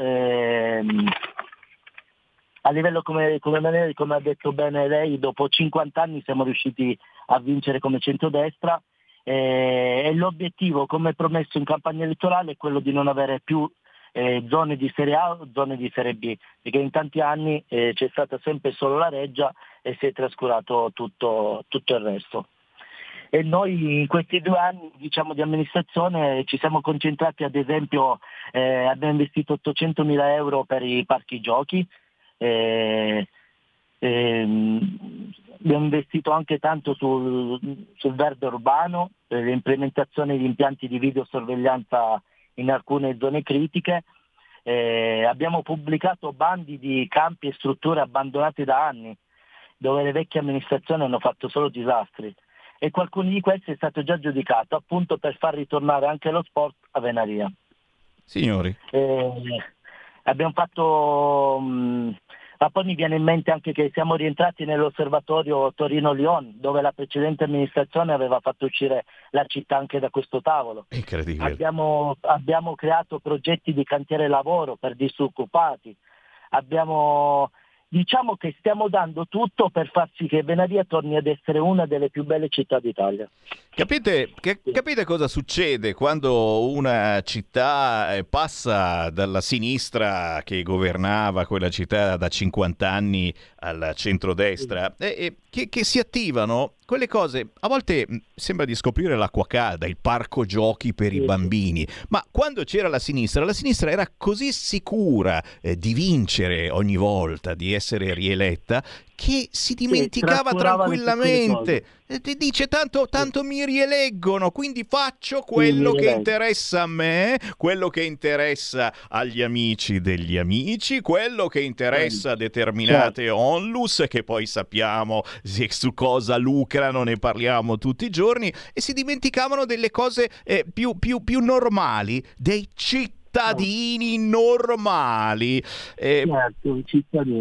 a livello come ha detto bene lei, dopo 50 anni siamo riusciti a vincere come centrodestra. E l'obiettivo, come promesso in campagna elettorale, è quello di non avere più zone di Serie A o zone di Serie B, perché in tanti anni c'è stata sempre solo la Reggia e si è trascurato tutto il resto. E noi in questi 2 anni, diciamo, di amministrazione ci siamo concentrati, ad esempio abbiamo investito 800.000 euro per i parchi giochi, abbiamo investito anche tanto sul verde urbano, l'implementazione di impianti di videosorveglianza in alcune zone critiche, abbiamo pubblicato bandi di campi e strutture abbandonate da anni, dove le vecchie amministrazioni hanno fatto solo disastri, e qualcuno di questi è stato già giudicato appunto per far ritornare anche lo sport a Venaria. Signori. Abbiamo fatto... Ma poi mi viene in mente anche che siamo rientrati nell'osservatorio Torino-Lion, dove la precedente amministrazione aveva fatto uscire la città anche da questo tavolo. Incredibile. Abbiamo creato progetti di cantiere lavoro per disoccupati. Diciamo che stiamo dando tutto per far sì che Venaria torni ad essere una delle più belle città d'Italia. Capite cosa succede quando una città passa dalla sinistra che governava quella città da 50 anni al centrodestra, che si attivano quelle cose? A volte sembra di scoprire l'acqua calda, il parco giochi per i bambini, ma quando c'era la sinistra era così sicura di vincere ogni volta, di essere rieletta, che si dimenticava tranquillamente. Dice tanto mi rieleggono, quindi faccio quello che interessa a me, quello che interessa agli amici degli amici, quello che interessa a determinate onlus, che poi sappiamo su cosa lucrano, ne parliamo tutti i giorni, e si dimenticavano delle cose più normali, dei cittadini normali. Certo, cittadini.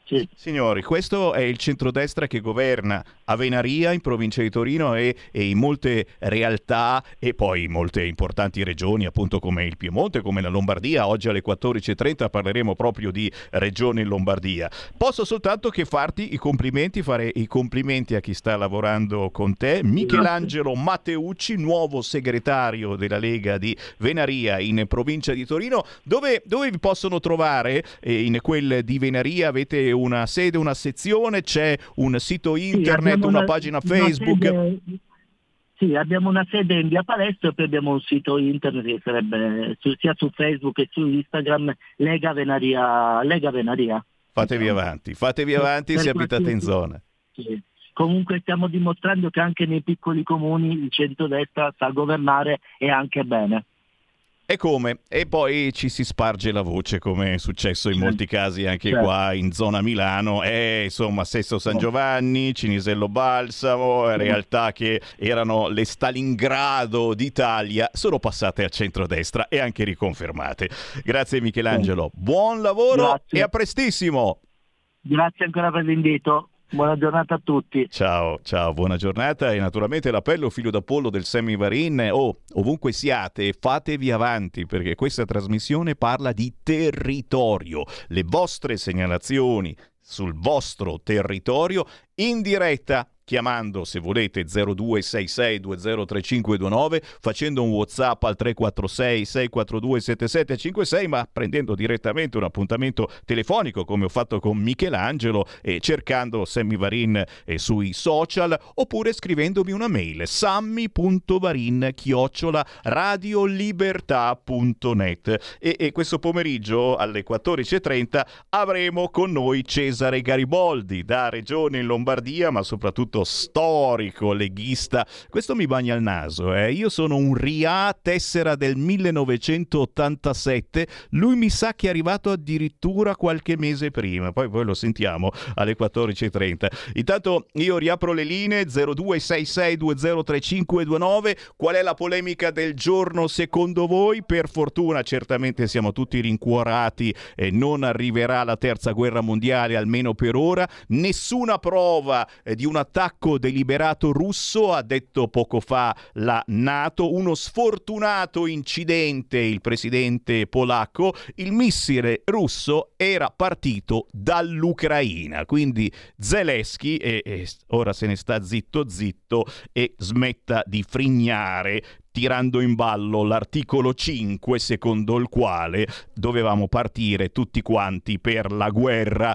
Sì. Signori, questo è il centrodestra che governa a Venaria, in provincia di Torino e in molte realtà e poi in molte importanti regioni, appunto come il Piemonte, come la Lombardia. Oggi alle 14.30 parleremo proprio di regione in Lombardia. Posso soltanto che farti i complimenti, fare i complimenti a chi sta lavorando con te. Michelangelo Matteucci, nuovo segretario della Lega di Venaria in provincia di Torino. Dove vi possono trovare? In quel di Venaria avete una sede, una sezione, c'è un sito internet, una pagina Facebook? Sì, abbiamo una sede in via Palestro e poi abbiamo un sito internet che sarebbe sia su Facebook che su Instagram, Lega Venaria. Fatevi avanti, se abitate in zona. Sì. Comunque stiamo dimostrando che anche nei piccoli comuni il centrodestra sa governare e anche bene. E come? E poi ci si sparge la voce, come è successo in molti casi anche qua in zona Milano. Insomma, Sesto San Giovanni, Cinisello Balsamo, realtà che erano le Stalingrado d'Italia, sono passate al centrodestra e anche riconfermate. Grazie Michelangelo, buon lavoro e a prestissimo! Grazie ancora per l'invito. Buona giornata a tutti. Ciao, buona giornata e naturalmente l'appello figlio d'Apollo del Semivarin. Ovunque siate, fatevi avanti perché questa trasmissione parla di territorio. Le vostre segnalazioni sul vostro territorio in diretta, chiamando se volete 0266203529, facendo un WhatsApp al 346 642 7756, ma prendendo direttamente un appuntamento telefonico come ho fatto con Michelangelo e cercando Semivarin sui social, oppure scrivendomi una mail sammy.varin@radiolibertà.net. E questo pomeriggio alle 14.30 avremo con noi Cesare Gariboldi da Regione in Lombardia, ma soprattutto storico leghista. Questo mi bagna il naso, Io sono un RIA tessera del 1987, lui mi sa che è arrivato addirittura qualche mese prima, poi lo sentiamo alle 14.30. Intanto io riapro le linee 0266203529. Qual è la polemica del giorno secondo voi? Per fortuna certamente siamo tutti rincuorati e non arriverà la terza guerra mondiale, almeno per ora. Nessuna prova di un attacco deliberato russo, ha detto poco fa la NATO. Uno sfortunato incidente, il presidente polacco. Il missile russo era partito dall'Ucraina, quindi Zelensky e ora se ne sta zitto e smetta di frignare, tirando in ballo l'articolo 5 secondo il quale dovevamo partire tutti quanti per la guerra.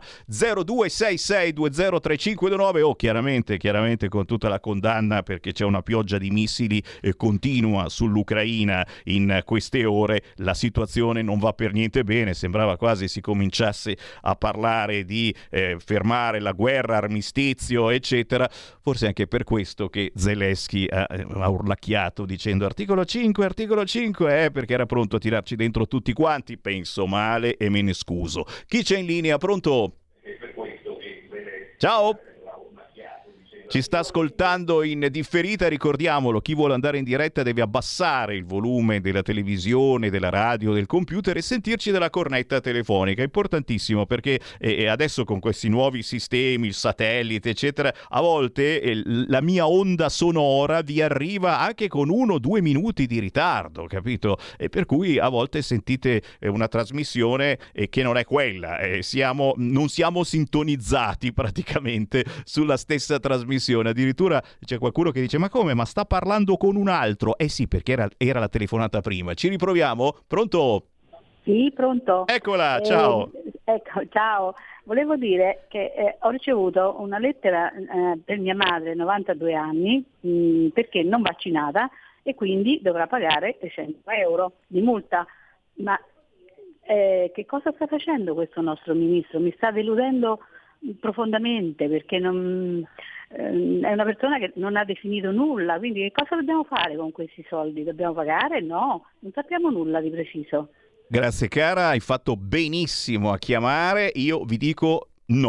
0266203529. Chiaramente con tutta la condanna, perché c'è una pioggia di missili continua sull'Ucraina in queste ore. La situazione non va per niente bene, sembrava quasi si cominciasse a parlare di fermare la guerra, armistizio eccetera. Forse anche per questo che Zelensky ha urlacchiato dicendo articolo 5, perché era pronto a tirarci dentro tutti quanti. Penso male e me ne scuso. Chi c'è in linea? Pronto? Ciao? Ci sta ascoltando in differita, ricordiamolo, chi vuole andare in diretta deve abbassare il volume della televisione, della radio, del computer e sentirci dalla cornetta telefonica. Importantissimo, perché adesso con questi nuovi sistemi, il satellite eccetera, a volte la mia onda sonora vi arriva anche con 1 o 2 minuti di ritardo, capito? E per cui a volte sentite una trasmissione che non è quella, non siamo sintonizzati praticamente sulla stessa trasmissione. Addirittura c'è qualcuno che dice: ma come? Ma sta parlando con un altro? Sì, perché era la telefonata prima. Ci riproviamo? Pronto? Sì, pronto. Eccola, ciao. Ciao. Volevo dire che ho ricevuto una lettera per mia madre, 92 anni, perché non vaccinata e quindi dovrà pagare 100 euro di multa. Ma che cosa sta facendo questo nostro ministro? Mi sta deludendo profondamente, perché è una persona che non ha definito nulla, quindi che cosa dobbiamo fare con questi soldi? Dobbiamo pagare? No, non sappiamo nulla di preciso. Grazie cara, hai fatto benissimo a chiamare. Io vi dico no.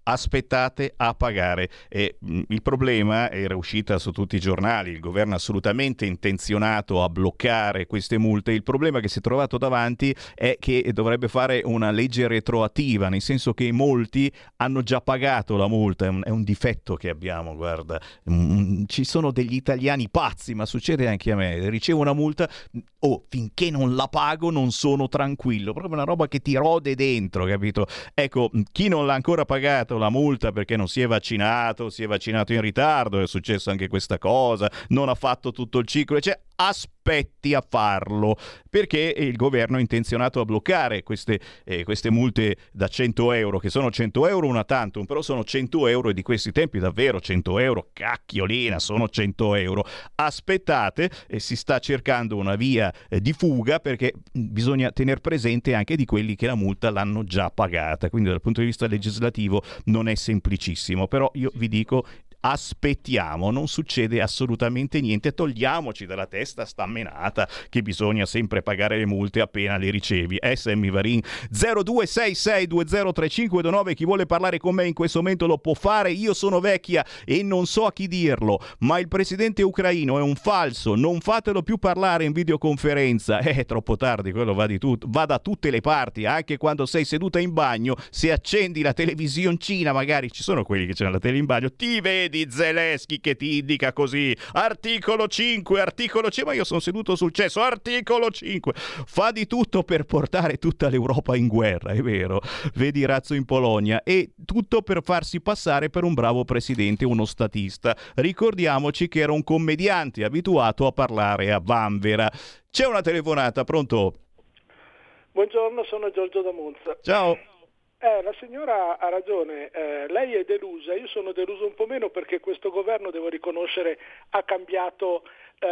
aspettate a pagare. Il problema era uscita su tutti i giornali, il governo assolutamente intenzionato a bloccare queste multe. Il problema che si è trovato davanti è che dovrebbe fare una legge retroattiva, nel senso che molti hanno già pagato la multa. È un difetto che abbiamo, guarda. Ci sono degli italiani pazzi, ma succede anche a me. Ricevo una multa, finché non la pago non sono tranquillo, proprio una roba che ti rode dentro, capito? Ecco, chi non l'ha ancora pagato la multa perché non si è vaccinato in ritardo, è successo anche questa cosa, non ha fatto tutto il ciclo, aspetti a farlo, perché il governo è intenzionato a bloccare queste multe da 100 euro, che sono 100 euro una tantum, però sono 100 euro e di questi tempi davvero 100 euro, cacchiolina, sono 100 euro. Aspettate, si sta cercando una via di fuga, perché bisogna tener presente anche di quelli che la multa l'hanno già pagata, quindi dal punto di vista legislativo non è semplicissimo, però io vi dico, aspettiamo, non succede assolutamente niente, togliamoci dalla testa sta menata che bisogna sempre pagare le multe appena le ricevi. Sammy Varin 0266203529, chi vuole parlare con me in questo momento lo può fare. Io sono vecchia e non so a chi dirlo, ma il presidente ucraino è un falso, non fatelo più parlare in videoconferenza, è troppo tardi, quello va da tutte le parti, anche quando sei seduta in bagno, se accendi la televisioncina, magari ci sono quelli che c'hanno la tele in bagno, ti vedi di Zelensky che ti indica così, articolo 5, ma io sono seduto sul cesso, articolo 5, fa di tutto per portare tutta l'Europa in guerra, è vero, vedi Razzo in Polonia, e tutto per farsi passare per un bravo presidente, uno statista. Ricordiamoci che era un commediante abituato a parlare a vanvera. C'è una telefonata, pronto? Buongiorno, sono Giorgio da Monza. Ciao. La signora ha ragione, lei è delusa, io sono deluso un po' meno, perché questo governo, devo riconoscere, ha cambiato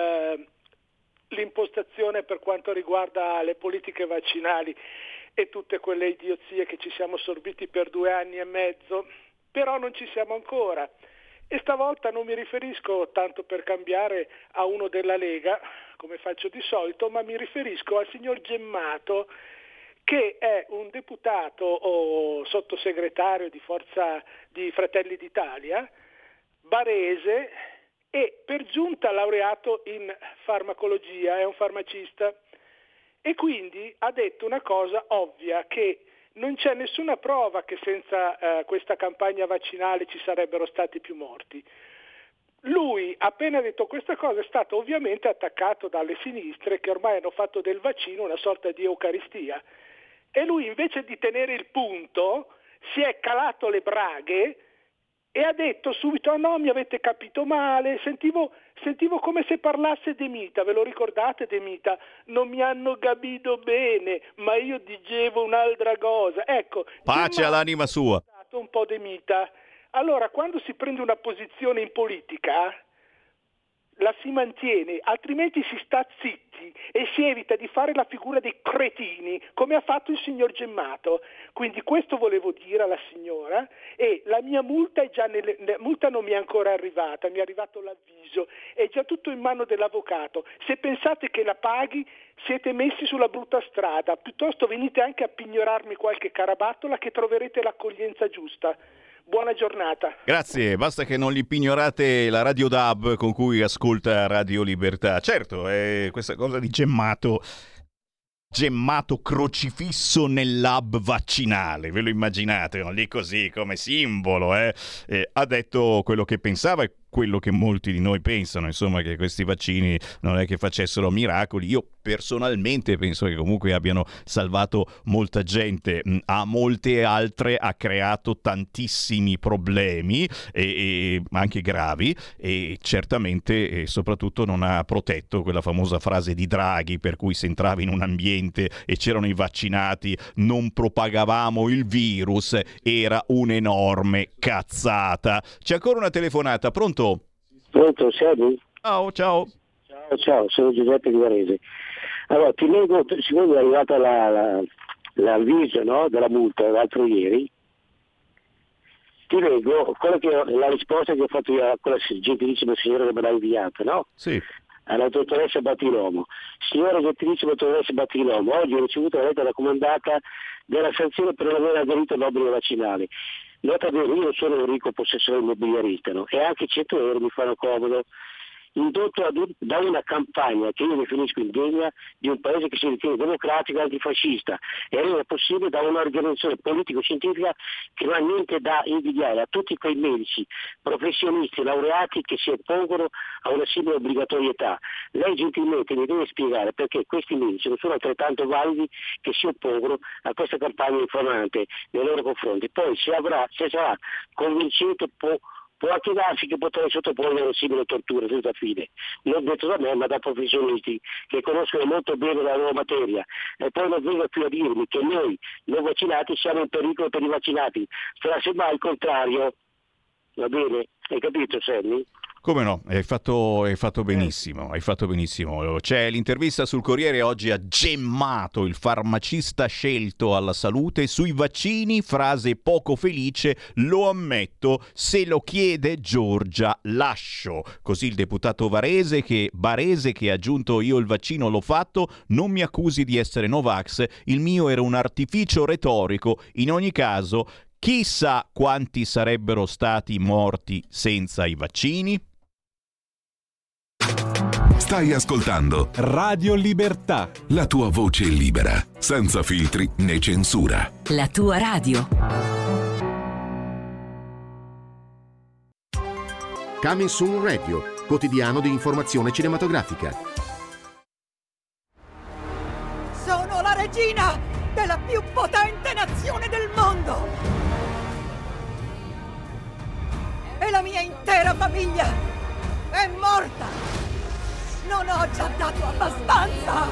l'impostazione per quanto riguarda le politiche vaccinali e tutte quelle idiozie che ci siamo sorbiti per 2 anni e mezzo, però non ci siamo ancora. E stavolta non mi riferisco, tanto per cambiare, a uno della Lega, come faccio di solito, ma mi riferisco al signor Gemmato, che è un deputato o sottosegretario di Fratelli d'Italia, barese, e per giunta laureato in farmacologia, è un farmacista, e quindi ha detto una cosa ovvia, che non c'è nessuna prova che senza questa campagna vaccinale ci sarebbero stati più morti. Lui, appena detto questa cosa, è stato ovviamente attaccato dalle sinistre, che ormai hanno fatto del vaccino una sorta di eucaristia. E lui, invece di tenere il punto, si è calato le braghe e ha detto subito: no, mi avete capito male, sentivo come se parlasse De Mita, ve lo ricordate De Mita? Non mi hanno capito bene, ma io dicevo un'altra cosa. Ecco, pace all'anima sua. Un po' De Mita. Allora, quando si prende una posizione in politica, la si mantiene, altrimenti si sta zitti e si evita di fare la figura dei cretini, come ha fatto il signor Gemmato. Quindi questo volevo dire alla signora, e la mia multa la multa non mi è ancora arrivata, mi è arrivato l'avviso, è già tutto in mano dell'avvocato. Se pensate che la paghi, siete messi sulla brutta strada, piuttosto venite anche a pignorarmi qualche carabattola, che troverete l'accoglienza giusta. Buona giornata. Grazie, basta che non gli pignorate la radio DAB con cui ascolta Radio Libertà. Certo, questa cosa di Gemmato crocifisso nel lab vaccinale, ve lo immaginate, no? Lì così come simbolo, ha detto quello che pensava e quello che molti di noi pensano, insomma, che questi vaccini non è che facessero miracoli. Io personalmente penso che comunque abbiano salvato molta gente, a molte altre ha creato tantissimi problemi e anche gravi, e certamente e soprattutto non ha protetto quella famosa frase di Draghi per cui se entravi in un ambiente e c'erano i vaccinati non propagavamo il virus, era un'enorme cazzata. C'è ancora una telefonata, pronto? Pronto, Sergio? Ciao, sono Giuseppe di Varese. Allora, ti leggo, siccome è arrivata l'avviso, no, della multa l'altro ieri, ti leggo la risposta che ho fatto io a quella gentilissima signora che me l'ha inviata, no? Sì. Alla dottoressa Battiromo. Signora gentilissima dottoressa Battiromo, oggi ho ricevuto la lettera raccomandata della sanzione per non aver aderito all'obbligo vaccinale. Nota bene, io sono un ricco possessore immobiliarista, no? E anche 100 euro mi fanno comodo, indotto da una campagna che io definisco indegna di un paese che si ritiene democratico e antifascista, e resa possibile da un'organizzazione politico-scientifica che non ha niente da invidiare a tutti quei medici, professionisti, laureati che si oppongono a una simile obbligatorietà. Lei gentilmente mi deve spiegare perché questi medici non sono altrettanto validi che si oppongono a questa campagna infamante nei loro confronti. Poi se sarà convincente può anche darsi che potrei sottoporre una simile tortura senza fine, non detto da me ma da professionisti che conoscono molto bene la loro materia, e poi non venga più a dirmi che noi non vaccinati siamo in pericolo per i vaccinati, sarà semmai il contrario, va bene? Hai capito, Sammy? Come no, hai fatto benissimo, C'è l'intervista sul Corriere, oggi ha gemmato il farmacista scelto alla salute sui vaccini, frase poco felice, lo ammetto, se lo chiede Giorgia lascio. Così il deputato Barese che ha aggiunto io il vaccino l'ho fatto, non mi accusi di essere Novax, il mio era un artificio retorico, in ogni caso chissà quanti sarebbero stati morti senza i vaccini. Stai ascoltando Radio Libertà, la tua voce libera, senza filtri né censura. La tua radio. Coming Soon Radio, quotidiano di informazione cinematografica. Sono la regina della più potente nazione del mondo! E la mia intera famiglia è morta! Non ho già dato abbastanza!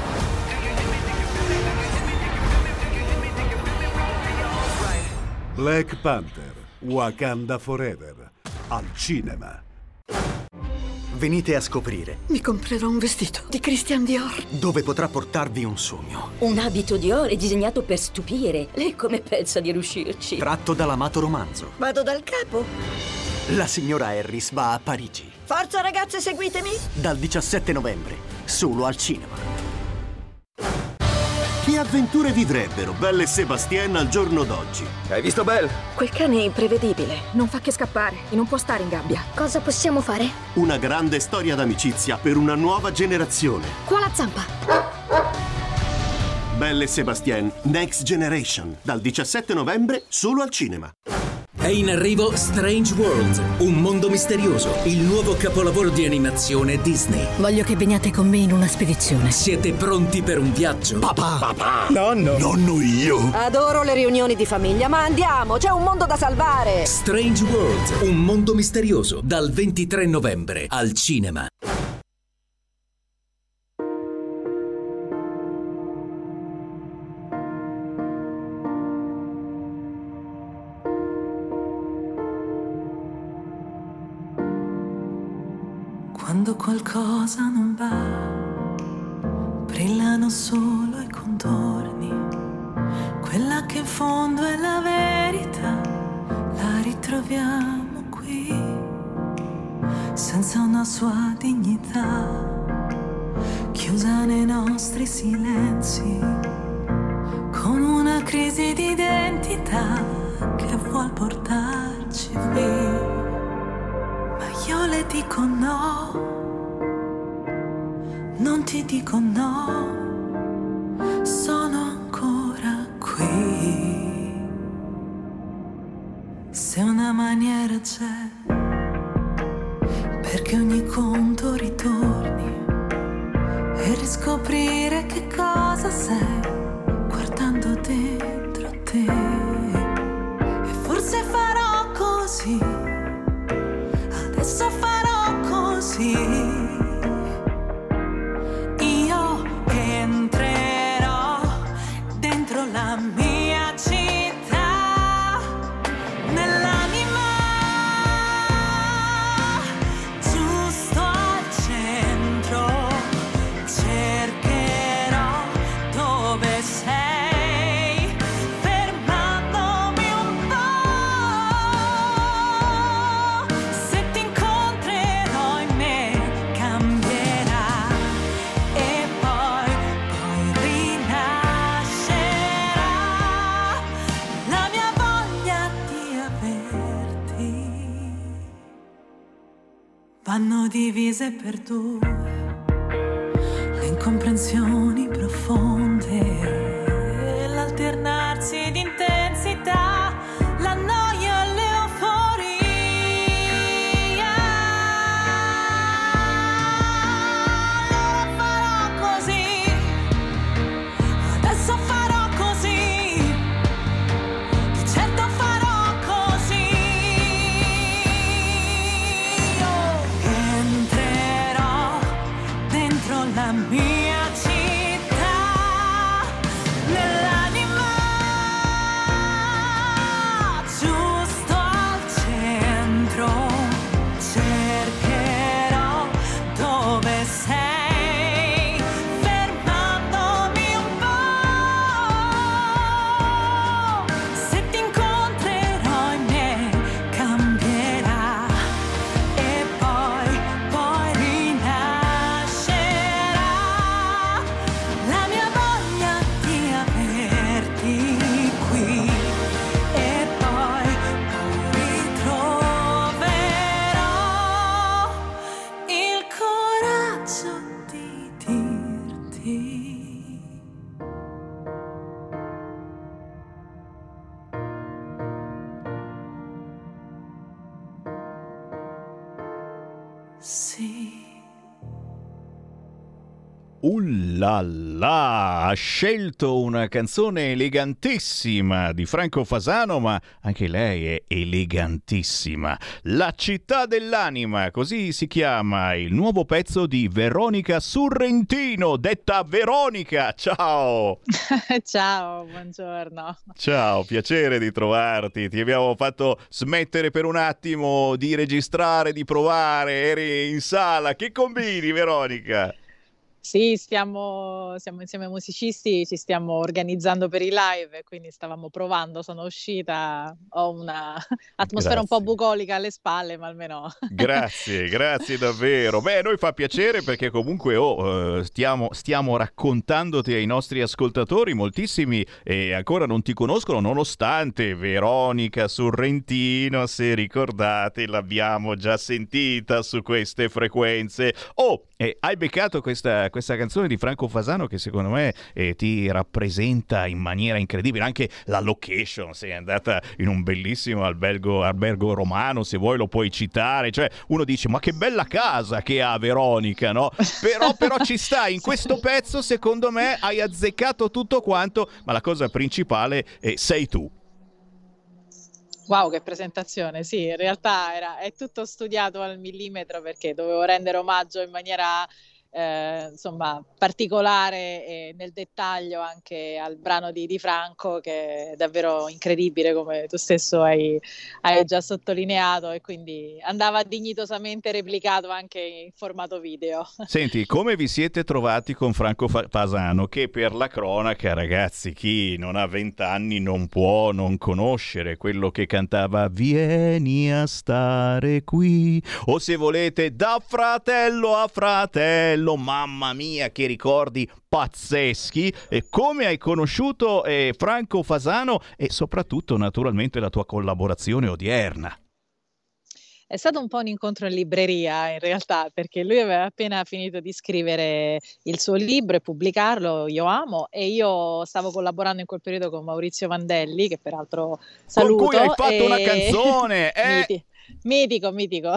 Black Panther, Wakanda Forever, al cinema. Venite a scoprire. Mi comprerò un vestito di Christian Dior. Dove potrà portarvi un sogno. Un abito Dior è disegnato per stupire. Lei come pensa di riuscirci? Tratto dall'amato romanzo. Vado dal capo. La signora Harris va a Parigi. Forza ragazze, seguitemi! Dal 17 novembre, solo al cinema. Che avventure vivrebbero Belle e Sébastien al giorno d'oggi? Hai visto Belle? Quel cane è imprevedibile. Non fa che scappare e non può stare in gabbia. Cosa possiamo fare? Una grande storia d'amicizia per una nuova generazione. Qua la zampa! Belle e Sébastien Next Generation, dal 17 novembre solo al cinema. È in arrivo Strange World, un mondo misterioso, il nuovo capolavoro di animazione Disney. Voglio che veniate con me in una spedizione. Siete pronti per un viaggio? Papà! Nonno! Nonno io! Adoro le riunioni di famiglia, ma andiamo, c'è un mondo da salvare! Strange World, un mondo misterioso, dal 23 novembre al cinema. Quando qualcosa non va, brillano solo i contorni. Quella che in fondo è la verità, la ritroviamo qui, senza una sua dignità, chiusa nei nostri silenzi, con una crisi di identità che vuol portarci via. Ma io le dico no, non ti dico no, sono ancora qui. Se una maniera c'è, perché ogni conto ritorni e riscoprire che cosa sei, guardando dentro te. E forse farò così, adesso farò così. Io entrerò dentro la mia città, nell'anima giusto al centro. Cercherò dove sei, fermarò vanno divise per due, le incomprensioni profonde, l'alternarsi di intensità, la noia e l'euforia. Allora farò così, adesso farò così, di certo farò così. Io entrerò dentro la mia città, nell'anima giusto al centro, cercherò dove sei, fermandomi un po'. Se ti incontrerò in me cambierà e poi rinascerà la mia voglia di averti qui e poi ritroverò il coraggio di dirti. Sì. Ullala, ha scelto una canzone elegantissima di Franco Fasano, ma anche lei è elegantissima. La città dell'anima, così si chiama il nuovo pezzo di Veronica Sorrentino, detta Veronica. Ciao! Ciao, buongiorno. Ciao, piacere di trovarti. Ti abbiamo fatto smettere per un attimo di registrare, di provare, eri in sala. Che combini, Veronica? Sì, siamo insieme ai musicisti, ci stiamo organizzando per i live, quindi stavamo provando, sono uscita, ho una atmosfera un po' bucolica alle spalle, ma almeno... Grazie davvero. Beh, a noi fa piacere perché comunque stiamo raccontandoti ai nostri ascoltatori, moltissimi ancora non ti conoscono, nonostante Veronica Sorrentino, se ricordate, l'abbiamo già sentita su queste frequenze. Hai beccato questa canzone di Franco Fasano che secondo me ti rappresenta in maniera incredibile. Anche la location, sei andata in un bellissimo albergo romano, se vuoi lo puoi citare. Cioè uno dice ma che bella casa che ha Veronica, no? Però ci sta, in questo pezzo secondo me hai azzeccato tutto quanto, ma la cosa principale sei tu. Wow, che presentazione! Sì, in realtà è tutto studiato al millimetro perché dovevo rendere omaggio in maniera particolare e nel dettaglio anche al brano di Franco, che è davvero incredibile, come tu stesso hai già sottolineato, e quindi andava dignitosamente replicato anche in formato video. Senti, come vi siete trovati con Franco Fasano, che per la cronaca, ragazzi, chi non ha 20 anni non può non conoscere quello che cantava Vieni a stare qui, o se volete Da fratello a fratello. Mamma mia, che ricordi pazzeschi. E come hai conosciuto Franco Fasano e soprattutto naturalmente la tua collaborazione odierna? È stato un po' un incontro in libreria in realtà, perché lui aveva appena finito di scrivere il suo libro e pubblicarlo, Io amo, e io stavo collaborando in quel periodo con Maurizio Vandelli, che peraltro saluto. Con cui hai fatto una canzone! Mitico.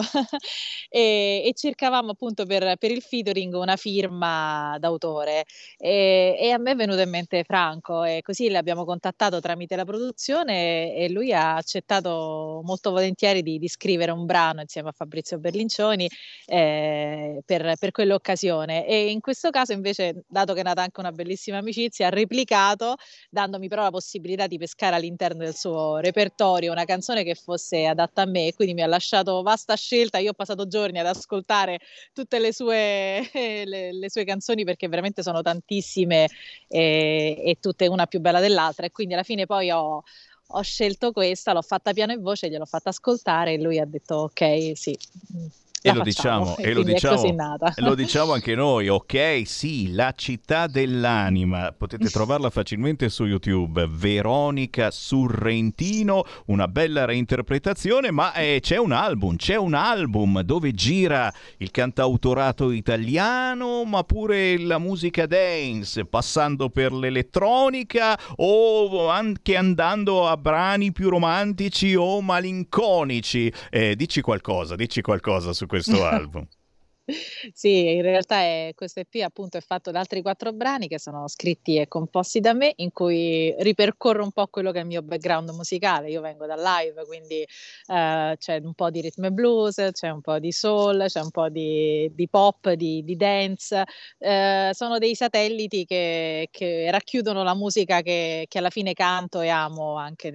e cercavamo appunto per il featuring una firma d'autore e a me è venuto in mente Franco, e così l'abbiamo contattato tramite la produzione e lui ha accettato molto volentieri di scrivere un brano insieme a Fabrizio Berlincioni per quell'occasione, e in questo caso invece, dato che è nata anche una bellissima amicizia, ha replicato, dandomi però la possibilità di pescare all'interno del suo repertorio una canzone che fosse adatta a me, e quindi mi ha lasciato vasta scelta. Io ho passato giorni ad ascoltare tutte le sue canzoni, perché veramente sono tantissime e tutte una più bella dell'altra, e quindi alla fine poi ho scelto questa, l'ho fatta piano e voce, gliel'ho fatta ascoltare e lui ha detto ok, sì, E lo diciamo, lo diciamo anche noi, ok? Sì, La città dell'anima, potete trovarla facilmente su YouTube, Veronica Surrentino, una bella reinterpretazione, ma c'è un album dove gira il cantautorato italiano, ma pure la musica dance, passando per l'elettronica o anche andando a brani più romantici o malinconici. Dici qualcosa su questo album. Sì, in realtà questo EP appunto è fatto da altri 4 brani che sono scritti e composti da me, in cui ripercorro un po' quello che è il mio background musicale. Io vengo dal live, quindi c'è un po' di rhythm and blues, c'è un po' di soul, c'è un po' di pop, di dance. Sono dei satelliti che racchiudono la musica che alla fine canto e amo anche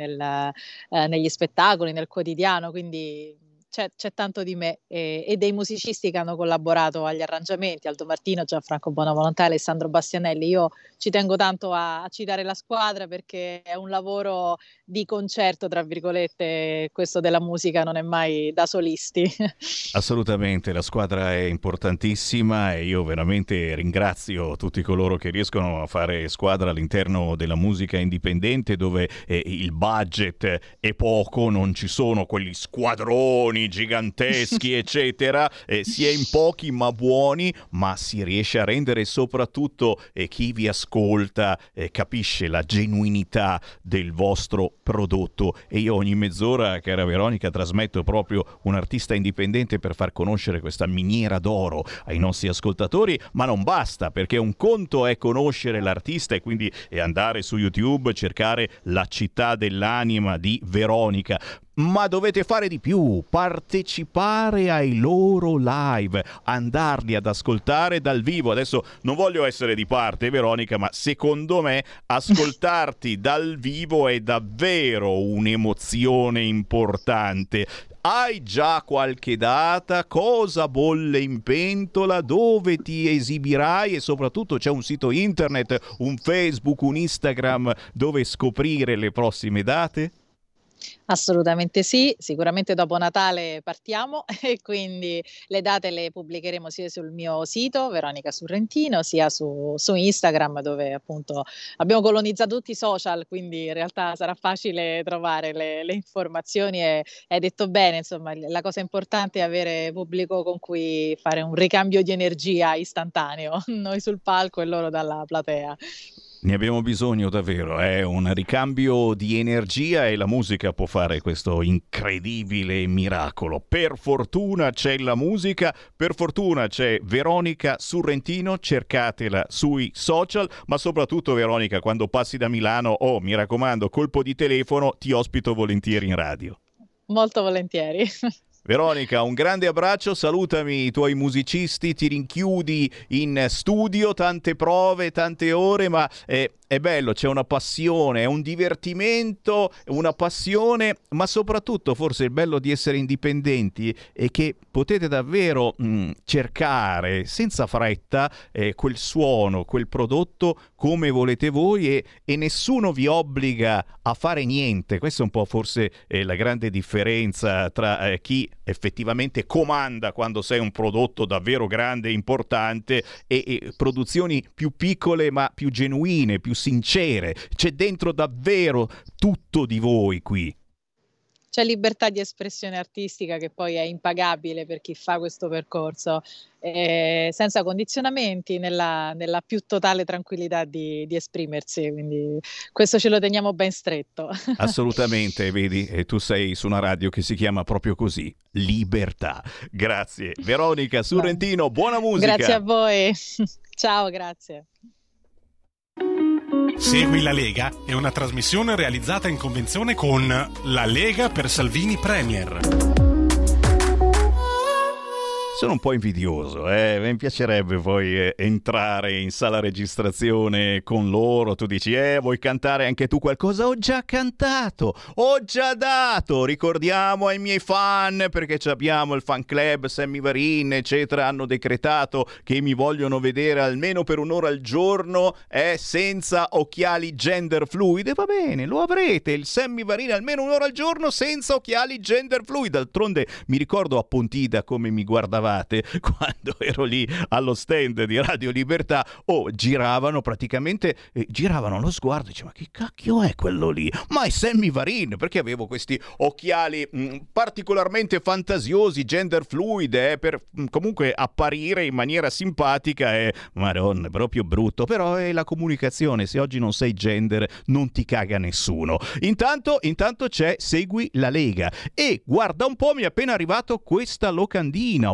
negli spettacoli, nel quotidiano, quindi c'è tanto di me e dei musicisti che hanno collaborato agli arrangiamenti, Aldo Martino, Gianfranco Bonavolontà, Alessandro Bastianelli. Io ci tengo tanto a citare la squadra, perché è un lavoro di concerto, tra virgolette, questo della musica non è mai da solisti. Assolutamente, la squadra è importantissima e io veramente ringrazio tutti coloro che riescono a fare squadra all'interno della musica indipendente, dove il budget è poco, non ci sono quegli squadroni giganteschi eccetera, si è in pochi ma buoni, ma si riesce a rendere soprattutto chi vi ascolta capisce la genuinità del vostro prodotto. E io ogni mezz'ora, cara Veronica, trasmetto proprio un artista indipendente per far conoscere questa miniera d'oro ai nostri ascoltatori, ma non basta, perché un conto è conoscere l'artista e quindi andare su YouTube, cercare La città dell'anima di Veronica, ma dovete fare di più, partecipare ai loro live, andarli ad ascoltare dal vivo. Adesso non voglio essere di parte, Veronica, ma secondo me ascoltarti dal vivo è davvero un'emozione importante. Hai già qualche data? Cosa bolle in pentola? Dove ti esibirai? E soprattutto c'è un sito internet, un Facebook, un Instagram dove scoprire le prossime date? Assolutamente sì, sicuramente dopo Natale partiamo e quindi le date le pubblicheremo sia sul mio sito Veronica Surrentino, sia su Instagram, dove appunto abbiamo colonizzato tutti i social, quindi in realtà sarà facile trovare le informazioni e hai detto bene, insomma la cosa importante è avere pubblico con cui fare un ricambio di energia istantaneo, noi sul palco e loro dalla platea. Ne abbiamo bisogno davvero, è un ricambio di energia e la musica può fare questo incredibile miracolo. Per fortuna c'è la musica, per fortuna c'è Veronica Surrentino, cercatela sui social, ma soprattutto Veronica, quando passi da Milano, mi raccomando, colpo di telefono, ti ospito volentieri in radio. Molto volentieri. Veronica, un grande abbraccio, salutami i tuoi musicisti, ti rinchiudi in studio, tante prove, tante ore, ma è bello, c'è una passione, è un divertimento, una passione, ma soprattutto forse il bello di essere indipendenti è che potete davvero cercare senza fretta quel suono, quel prodotto come volete voi e nessuno vi obbliga a fare niente. Questa è un po' forse la grande differenza tra chi effettivamente comanda quando sei un prodotto davvero grande e importante e produzioni più piccole ma più genuine, più sincere. C'è dentro davvero tutto di voi qui. C'è libertà di espressione artistica che poi è impagabile per chi fa questo percorso, senza condizionamenti, nella più totale tranquillità di esprimersi, quindi questo ce lo teniamo ben stretto. Assolutamente, vedi, e tu sei su una radio che si chiama proprio così, Libertà. Grazie Veronica Surrentino, buona musica. Grazie a voi, ciao, grazie. Segui la Lega è una trasmissione realizzata in convenzione con La Lega per Salvini Premier. Sono un po' invidioso, mi piacerebbe poi entrare in sala registrazione con loro. Tu dici, vuoi cantare anche tu qualcosa? Ho già cantato, ho già dato, ricordiamo ai miei fan, perché abbiamo il fan club, Sammy Varin, eccetera, hanno decretato che mi vogliono vedere almeno per un'ora al giorno, senza occhiali gender fluid, e va bene, lo avrete, il Sammy Varin almeno un'ora al giorno senza occhiali gender fluid. D'altronde mi ricordo a Pontida come mi guardavate quando ero lì allo stand di Radio Libertà, giravano praticamente, giravano lo sguardo e dice, ma che cacchio è quello lì? Ma è Sammy Varin, perché avevo questi occhiali particolarmente fantasiosi, gender fluid, per comunque apparire in maniera simpatica, madonna, proprio brutto, però è la comunicazione, se oggi non sei gender non ti caga nessuno. Intanto c'è Segui la Lega, e guarda un po', mi è appena arrivato questa locandina,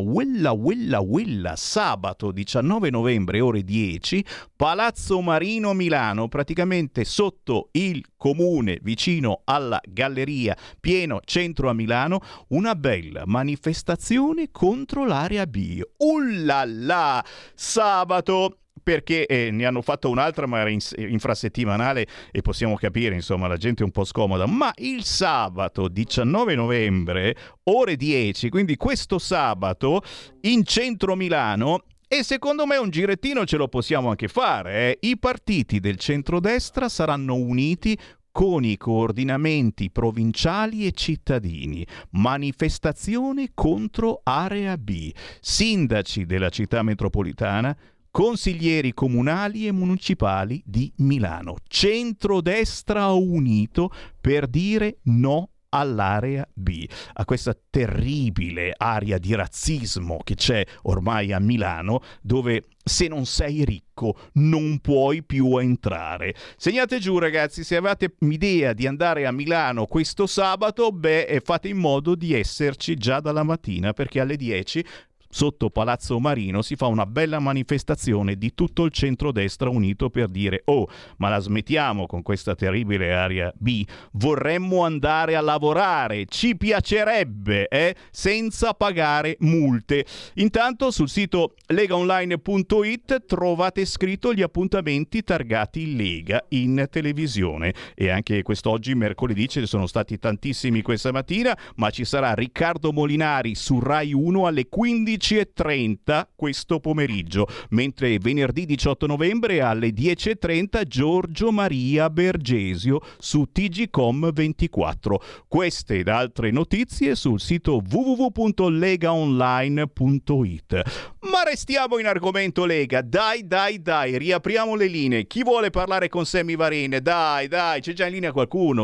Willa, sabato 19 novembre ore 10, Palazzo Marino Milano, praticamente sotto il comune, vicino alla Galleria, pieno centro a Milano, una bella manifestazione contro l'area B. Ullala! Sabato! Perché ne hanno fatto un'altra ma era infrasettimanale e possiamo capire, insomma, la gente è un po' scomoda, ma il sabato 19 novembre ore 10, quindi questo sabato in centro Milano, e secondo me un girettino ce lo possiamo anche fare, I partiti del centrodestra saranno uniti con i coordinamenti provinciali e cittadini. Manifestazione contro area B. Sindaci della città metropolitana, consiglieri comunali e municipali di Milano. Centrodestra unito per dire no all'area B, a questa terribile area di razzismo che c'è ormai a Milano, dove se non sei ricco non puoi più entrare. Segnate giù, ragazzi, se avete idea di andare a Milano questo sabato, fate in modo di esserci già dalla mattina, perché alle 10 sotto Palazzo Marino si fa una bella manifestazione di tutto il centrodestra unito per dire ma la smettiamo con questa terribile area B, vorremmo andare a lavorare, ci piacerebbe, senza pagare multe. Intanto sul sito legaonline.it trovate scritto gli appuntamenti targati Lega in televisione, e anche quest'oggi, mercoledì, ce ne sono stati tantissimi questa mattina, ma ci sarà Riccardo Molinari su Rai 1 alle 15:30 questo pomeriggio, mentre venerdì 18 novembre alle 10:30 Giorgio Maria Bergesio su TGcom 24. Queste ed altre notizie sul sito www.legaonline.it. Ma restiamo in argomento Lega, dai, riapriamo le linee. Chi vuole parlare con Sammy Varin? Dai, c'è già in linea qualcuno?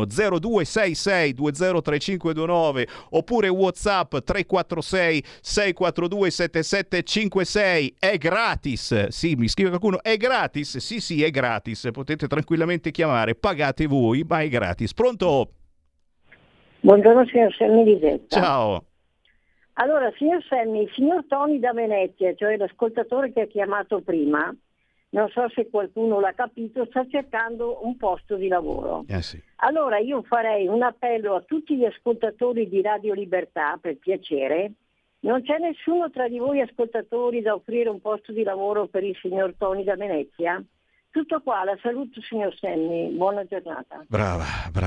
0266203529 oppure WhatsApp 346 642 7756. È gratis. Sì, mi scrive qualcuno, è gratis. Sì, è gratis, potete tranquillamente chiamare, pagate voi, ma è gratis. Pronto? Buongiorno signor Sammy Lisetta. Ciao. Allora, signor Sammy, il signor Tony da Venezia, cioè l'ascoltatore che ha chiamato prima, non so se qualcuno l'ha capito, sta cercando un posto di lavoro. Sì. Allora io farei un appello a tutti gli ascoltatori di Radio Libertà, per piacere. Non c'è nessuno tra di voi ascoltatori da offrire un posto di lavoro per il signor Tony da Venezia? Tutto qua, la saluto signor Sammy, buona giornata. Brava.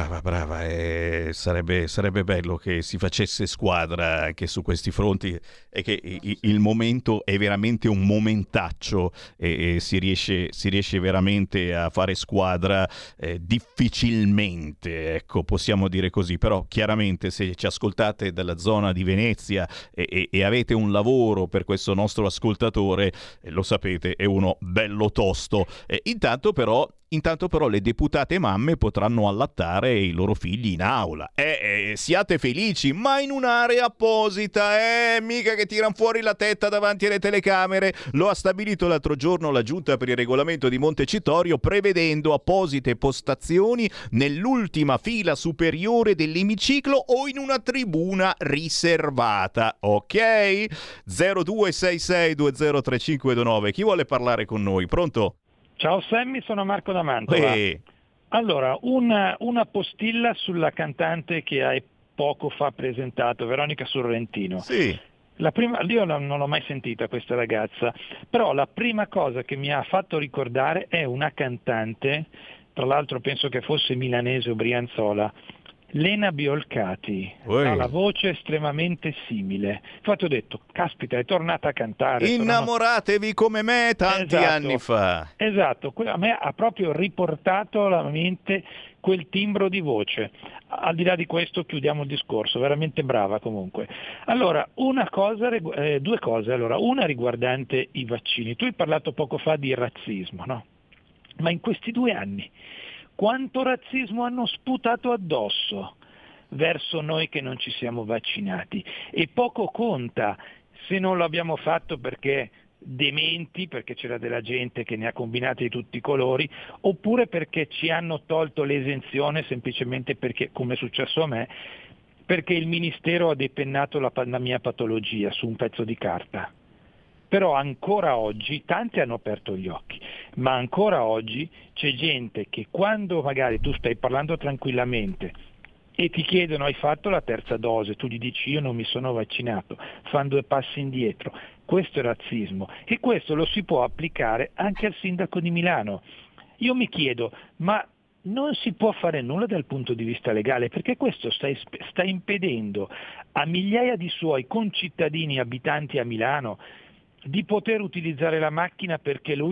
Sarebbe bello che si facesse squadra anche su questi fronti, e che il momento è veramente un momentaccio e si riesce veramente a fare squadra difficilmente, ecco, possiamo dire così. Però chiaramente se ci ascoltate dalla zona di Venezia e avete un lavoro per questo nostro ascoltatore, lo sapete, è uno bello tosto. Intanto però le deputate mamme potranno allattare i loro figli in aula. Siate felici, ma in un'area apposita, mica che tiran fuori la tetta davanti alle telecamere. Lo ha stabilito l'altro giorno la Giunta per il regolamento di Montecitorio, prevedendo apposite postazioni nell'ultima fila superiore dell'emiciclo o in una tribuna riservata. Ok? 0266203529. Chi vuole parlare con noi? Pronto? Ciao Sammy, sono Marco da Mantova. Allora, una postilla sulla cantante che hai poco fa presentato, Veronica Sorrentino. Sì. Io non l'ho mai sentita questa ragazza, però la prima cosa che mi ha fatto ricordare è una cantante, tra l'altro penso che fosse milanese o brianzola, Lena Biolcati, ha la voce estremamente simile. Infatti ho detto, caspita, è tornata a cantare. Innamoratevi come me tanti anni fa. Esatto, a me ha proprio riportato alla mente quel timbro di voce. Al di là di questo chiudiamo il discorso, veramente brava comunque. Allora, due cose. Allora, una riguardante i vaccini. Tu hai parlato poco fa di razzismo, no? Ma in questi 2 anni quanto razzismo hanno sputato addosso verso noi che non ci siamo vaccinati, e poco conta se non lo abbiamo fatto perché dementi, perché c'era della gente che ne ha combinate di tutti i colori, oppure perché ci hanno tolto l'esenzione semplicemente perché, come è successo a me, perché il ministero ha depennato la mia patologia su un pezzo di carta. Però ancora oggi, tanti hanno aperto gli occhi, ma ancora oggi c'è gente che quando magari tu stai parlando tranquillamente e ti chiedono hai fatto la terza dose, tu gli dici io non mi sono vaccinato, fanno 2 passi indietro. Questo è razzismo e questo lo si può applicare anche al sindaco di Milano. Io mi chiedo, ma non si può fare nulla dal punto di vista legale, perché questo sta impedendo a migliaia di suoi concittadini abitanti a Milano di poter utilizzare la macchina perché lui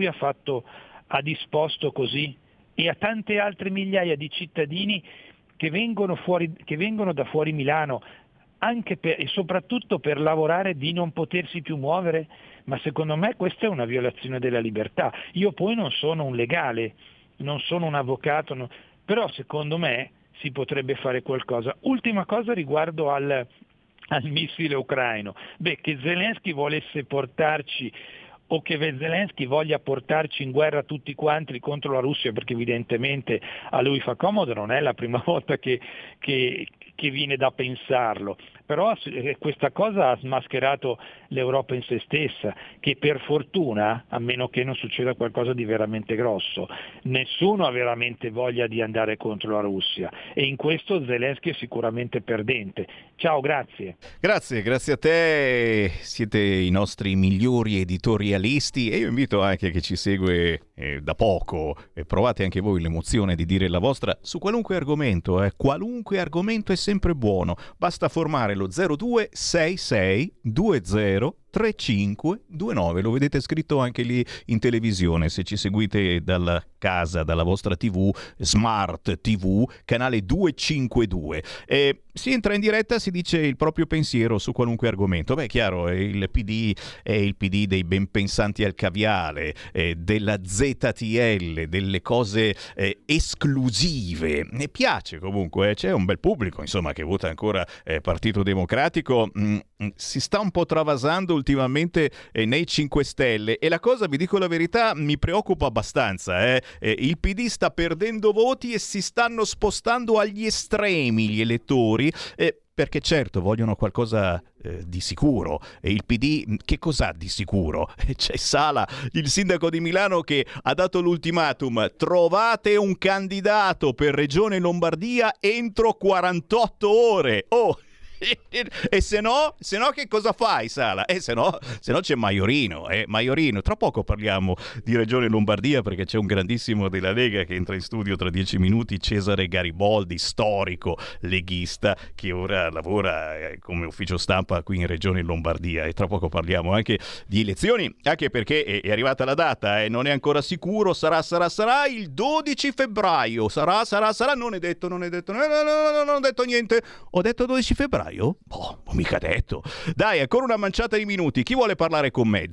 ha disposto così, e a tante altre migliaia di cittadini che vengono da fuori Milano anche e soprattutto per lavorare di non potersi più muovere. Ma secondo me questa è una violazione della libertà. Io poi non sono un legale, non sono un avvocato, però secondo me si potrebbe fare qualcosa. Ultima cosa riguardo al missile ucraino. Che Zelensky volesse portarci o che Zelensky voglia portarci in guerra tutti quanti contro la Russia perché evidentemente a lui fa comodo, non è la prima volta che viene da pensarlo, però questa cosa ha smascherato l'Europa in se stessa, che per fortuna, a meno che non succeda qualcosa di veramente grosso, nessuno ha veramente voglia di andare contro la Russia, e in questo Zelensky è sicuramente perdente. Ciao, grazie. Grazie a te, siete i nostri migliori editorialisti, e io invito anche chi ci segue da poco, provate anche voi l'emozione di dire la vostra su qualunque argomento, qualunque argomento è sempre buono, basta formare lo 0266 20 3529, lo vedete scritto anche lì in televisione se ci seguite dalla casa, dalla vostra TV, Smart TV, canale 252. Si entra in diretta, si dice il proprio pensiero su qualunque argomento. Chiaro, il PD è il PD dei ben pensanti al caviale, della ZTL, delle cose esclusive. Ne piace comunque, c'è un bel pubblico, insomma, che vota ancora Partito Democratico. Si sta un po' travasando ultimamente nei 5 Stelle, e la cosa, vi dico la verità, mi preoccupa abbastanza. Il PD sta perdendo voti e si stanno spostando agli estremi gli elettori, perché certo vogliono qualcosa di sicuro, e il PD che cos'ha di sicuro? C'è Sala, il sindaco di Milano, che ha dato l'ultimatum: trovate un candidato per Regione Lombardia entro 48 ore. E se no che cosa fai, Sala? Se no c'è Maiorino, Tra poco parliamo di Regione Lombardia, perché c'è un grandissimo della Lega che entra in studio tra 10 minuti, Cesare Gariboldi, storico leghista, che ora lavora come ufficio stampa qui in Regione Lombardia, e tra poco parliamo anche di elezioni, anche perché è arrivata la data, non è ancora sicuro, sarà il 12 febbraio, sarà, non è detto, no, non ho detto niente, ho detto 12 febbraio. Mica detto. Dai, ancora una manciata di minuti. Chi vuole parlare con me?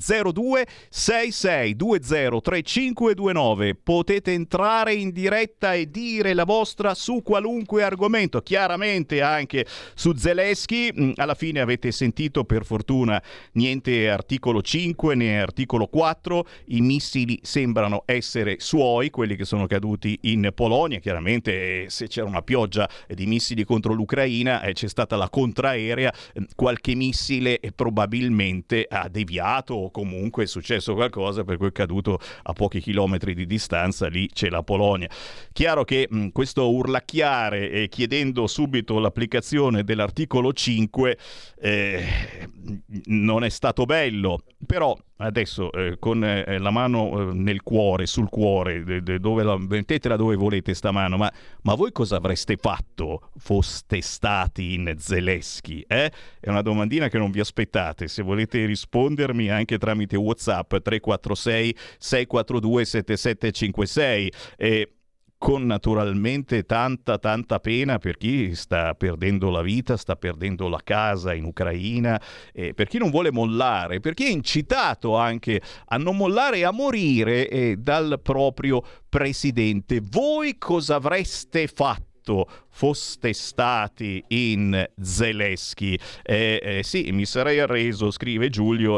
0266203529. Potete entrare in diretta e dire la vostra su qualunque argomento, chiaramente anche su Zelensky. Alla fine avete sentito, per fortuna, niente articolo 5 né articolo 4. I missili sembrano essere suoi, quelli che sono caduti in Polonia. Chiaramente, se c'era una pioggia di missili contro l'Ucraina, c'è stata la contraerea, qualche missile probabilmente ha deviato o comunque è successo qualcosa per cui è caduto a pochi chilometri di distanza. Lì c'è la Polonia. Chiaro che questo urlacchiare chiedendo subito l'applicazione dell'articolo 5 non è stato bello, però adesso con la mano nel cuore, sul cuore, mettetela dove volete sta mano, ma voi cosa avreste fatto foste stati in Zelensky? È una domandina che non vi aspettate. Se volete rispondermi anche tramite WhatsApp 346 642 7756 con naturalmente tanta pena per chi sta perdendo la vita, sta perdendo la casa in Ucraina, per chi non vuole mollare, per chi è incitato anche a non mollare e a morire dal proprio presidente. Voi cosa avreste fatto foste stati in Zelensky? Sì, mi sarei arreso, scrive Giulio,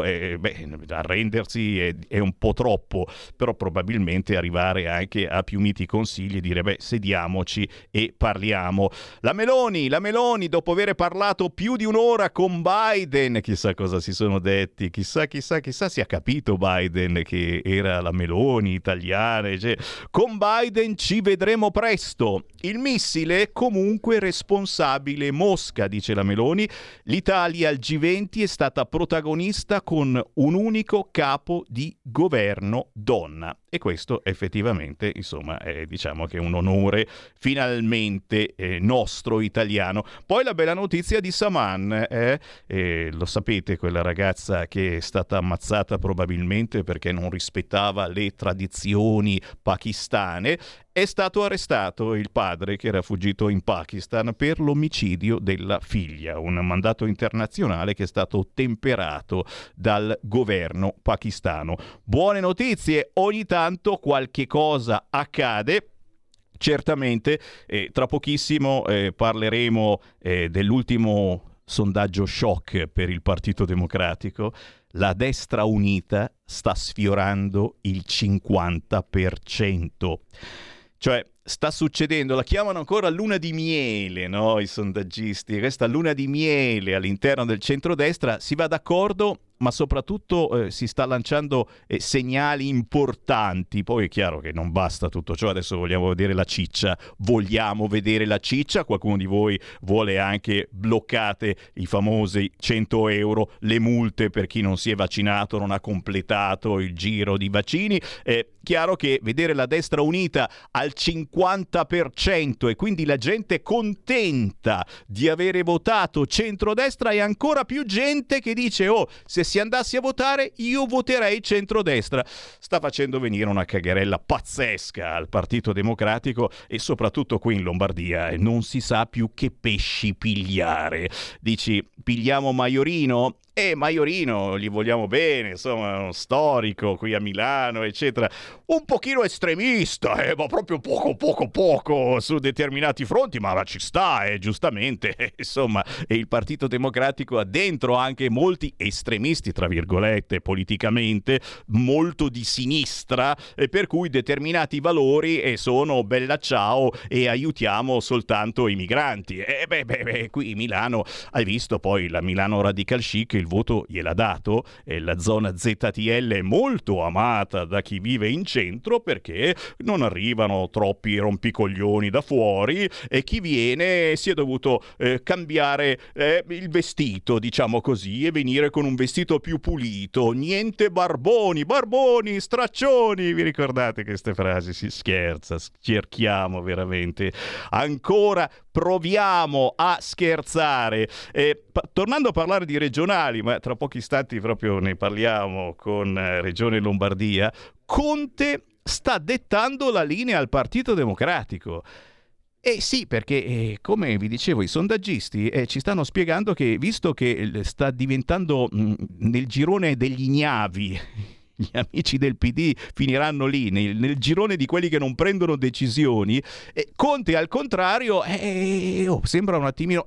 arrendersi è un po' troppo, però probabilmente arrivare anche a più miti consigli e dire sediamoci e parliamo. La Meloni, dopo aver parlato più di un'ora con Biden, chissà cosa si sono detti, chissà si è capito Biden che era la Meloni italiana, con Biden ci vedremo presto. Il missile comunque responsabile Mosca, dice la Meloni. L'Italia al G20 è stata protagonista con un unico capo di governo donna. E questo effettivamente, insomma, diciamo che è un onore finalmente nostro italiano. Poi la bella notizia di Saman, lo sapete, quella ragazza che è stata ammazzata probabilmente perché non rispettava le tradizioni pakistane. È stato arrestato il padre che era fuggito in Pakistan per l'omicidio della figlia, un mandato internazionale che è stato ottemperato dal governo pakistano. Buone notizie, ogni tanto qualche cosa accade. Certamente, tra pochissimo parleremo dell'ultimo sondaggio shock per il Partito Democratico. La destra unita sta sfiorando il 50%. Cioè, sta succedendo, la chiamano ancora luna di miele, no? I sondaggisti, questa luna di miele all'interno del centrodestra, si va d'accordo, ma soprattutto si sta lanciando segnali importanti. Poi è chiaro che non basta tutto ciò, adesso vogliamo vedere la ciccia, qualcuno di voi vuole anche bloccate i famosi 100 euro, le multe per chi non si è vaccinato, non ha completato il giro di vaccini. Chiaro che vedere la destra unita al 50% e quindi la gente contenta di avere votato centrodestra, e ancora più gente che dice se si andassi a votare io voterei centrodestra. Sta facendo venire una cagherella pazzesca al Partito Democratico, e soprattutto qui in Lombardia non si sa più che pesci pigliare. Dici, pigliamo Maiorino? Maiorino gli vogliamo bene, insomma, uno storico qui a Milano, eccetera. Un pochino estremista, ma proprio poco su determinati fronti, ma ci sta, giustamente. Insomma, e il Partito Democratico ha dentro anche molti estremisti, tra virgolette, politicamente, molto di sinistra, per cui determinati valori sono bella ciao e aiutiamo soltanto i migranti. Qui Milano, hai visto poi la Milano Radical Chic, il voto gliel'ha dato, la zona ZTL è molto amata da chi vive in centro perché non arrivano troppi rompicoglioni da fuori, e chi viene si è dovuto cambiare il vestito, diciamo così, e venire con un vestito più pulito. Niente barboni, straccioni, vi ricordate queste frasi? Si scherza, cerchiamo veramente ancora, proviamo a scherzare. Tornando a parlare di regionali, ma tra pochi istanti proprio ne parliamo con Regione Lombardia, Conte sta dettando la linea al Partito Democratico. Sì, perché come vi dicevo, i sondaggisti ci stanno spiegando che, visto che sta diventando nel girone degli ignavi, gli amici del PD finiranno lì, nel girone di quelli che non prendono decisioni, Conte al contrario sembra un attimino,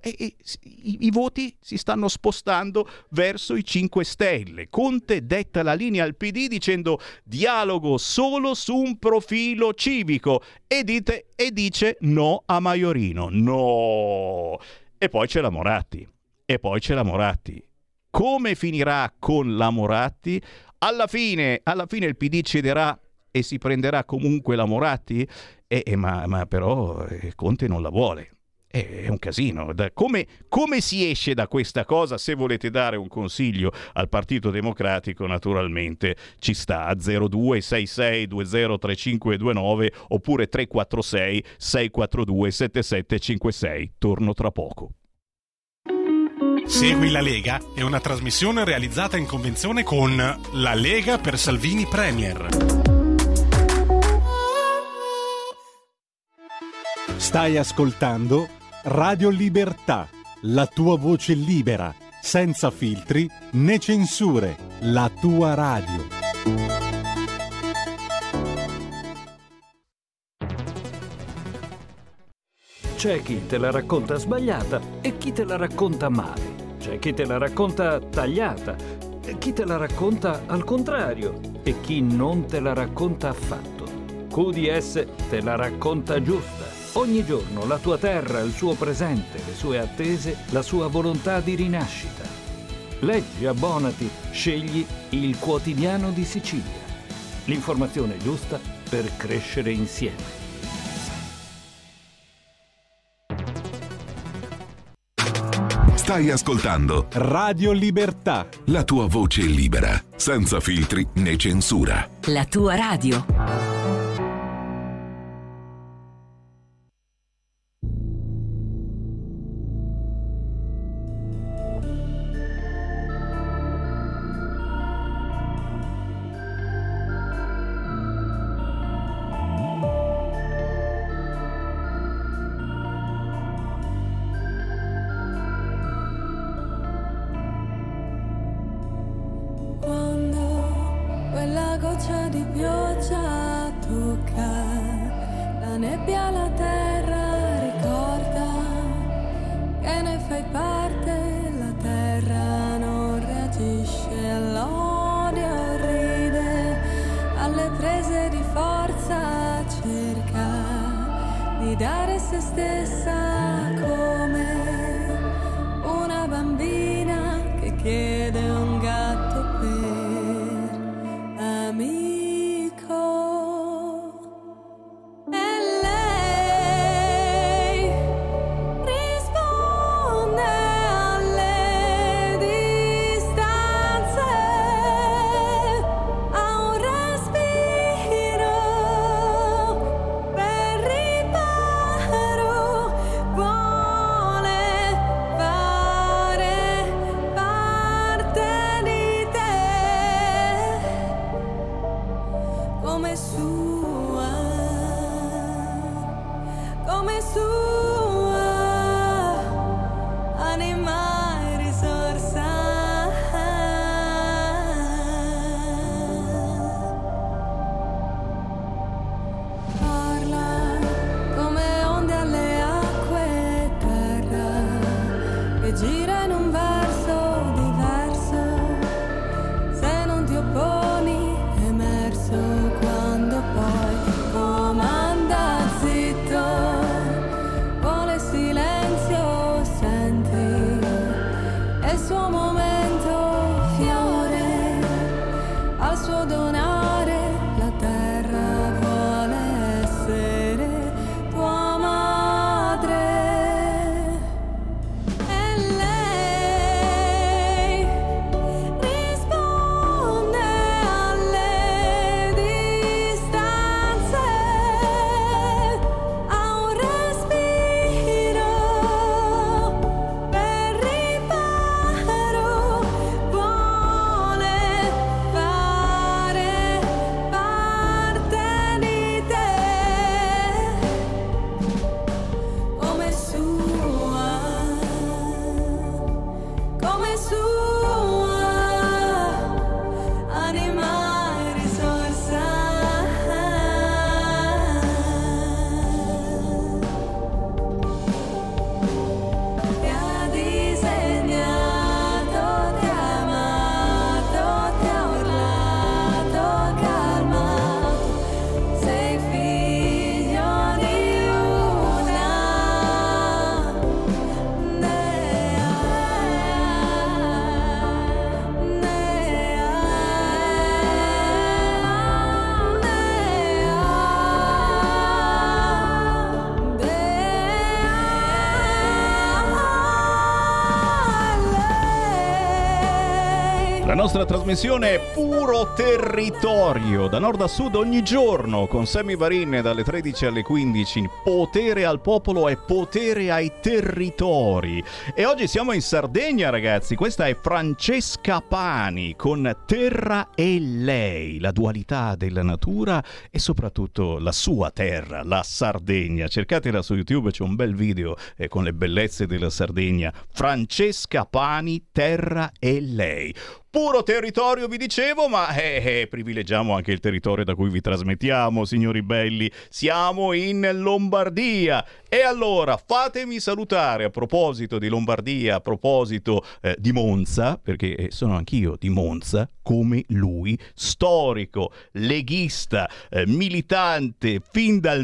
i voti si stanno spostando verso i 5 Stelle. Conte detta la linea al PD dicendo dialogo solo su un profilo civico, e dice no a Maiorino, no. E poi c'è la Moratti. e poi c'è la Moratti. Come finirà con la Moratti? Alla fine il PD cederà e si prenderà comunque la Moratti? Ma però Conte non la vuole. È un casino. Come si esce da questa cosa? Se volete dare un consiglio al Partito Democratico, naturalmente ci sta a 0266203529 oppure 346 642 7756. Torno tra poco. Segui la Lega è una trasmissione realizzata in convenzione con La Lega per Salvini Premier. Stai ascoltando Radio Libertà, la tua voce libera, senza filtri né censure, la tua radio. C'è chi te la racconta sbagliata e chi te la racconta male. C'è chi te la racconta tagliata e chi te la racconta al contrario e chi non te la racconta affatto. QDS te la racconta giusta. Ogni giorno la tua terra, il suo presente, le sue attese, la sua volontà di rinascita. Leggi, abbonati, scegli il Quotidiano di Sicilia. L'informazione giusta per crescere insieme. Stai ascoltando Radio Libertà, la tua voce libera, senza filtri né censura. La tua radio. La nostra trasmissione è puro territorio, da nord a sud ogni giorno, con Sammy Varin dalle 13 alle 15. Potere al popolo e potere ai territori. E oggi siamo in Sardegna, ragazzi. Questa è Francesca Pani con Terra e Lei, la dualità della natura e soprattutto la sua terra, la Sardegna. Cercatela su YouTube, c'è un bel video con le bellezze della Sardegna. Francesca Pani, Terra e Lei. Puro territorio, vi dicevo, ma privilegiamo anche il territorio da cui vi trasmettiamo, signori belli. Siamo in Lombardia. E allora fatemi salutare, a proposito di Lombardia, a proposito di Monza, perché sono anch'io di Monza, come lui, storico, leghista, militante fin dal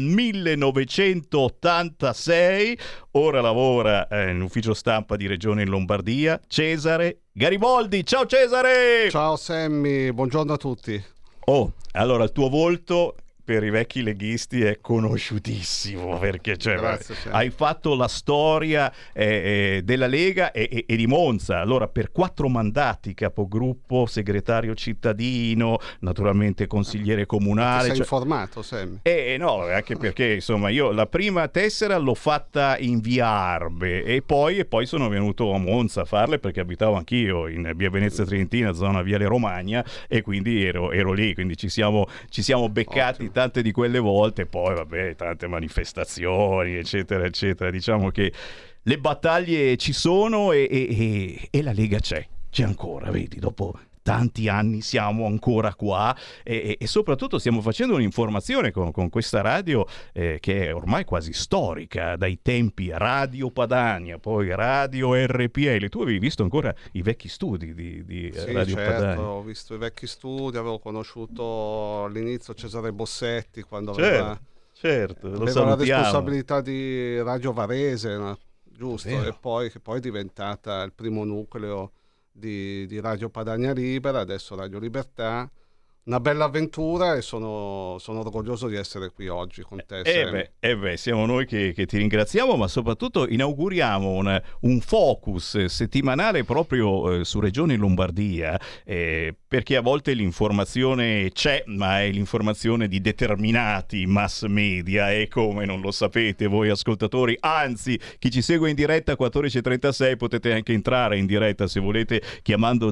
1986, ora lavora in ufficio stampa di Regione in Lombardia, Cesare Gariboldi. Ciao Cesare! Ciao Sammy, buongiorno a tutti. Oh, allora il tuo volto per i vecchi leghisti è conosciutissimo, perché Grazie, hai fatto la storia della Lega e di Monza. Allora, per 4 mandati, capogruppo, segretario cittadino, naturalmente consigliere comunale. Ti sei informato, Sammy? No, anche perché insomma io la prima tessera l'ho fatta in via Arbe e poi sono venuto a Monza a farle, perché abitavo anch'io in via Venezia Trientina, zona Viale Romagna, e quindi ero lì, quindi ci siamo beccati. Ottimo. Tante di quelle volte, poi vabbè, tante manifestazioni, eccetera, eccetera. Diciamo che le battaglie ci sono e la Lega c'è ancora, vedi, dopo tanti anni siamo ancora qua e soprattutto stiamo facendo un'informazione con questa radio che è ormai quasi storica, dai tempi Radio Padania, poi Radio RPL. Tu avevi visto ancora i vecchi studi di sì, Radio Padania? Ho visto i vecchi studi, avevo conosciuto all'inizio Cesare Bossetti quando aveva la responsabilità di Radio Varese, no? Giusto, e poi che poi è diventata il primo nucleo di Radio Padania Libera, adesso Radio Libertà. Una bella avventura e sono orgoglioso di essere qui oggi con te. Siamo noi che ti ringraziamo, ma soprattutto inauguriamo un focus settimanale proprio su Regione Lombardia, perché a volte l'informazione c'è, ma è l'informazione di determinati mass media, e come non lo sapete voi ascoltatori, anzi chi ci segue in diretta 14:36 potete anche entrare in diretta se volete chiamando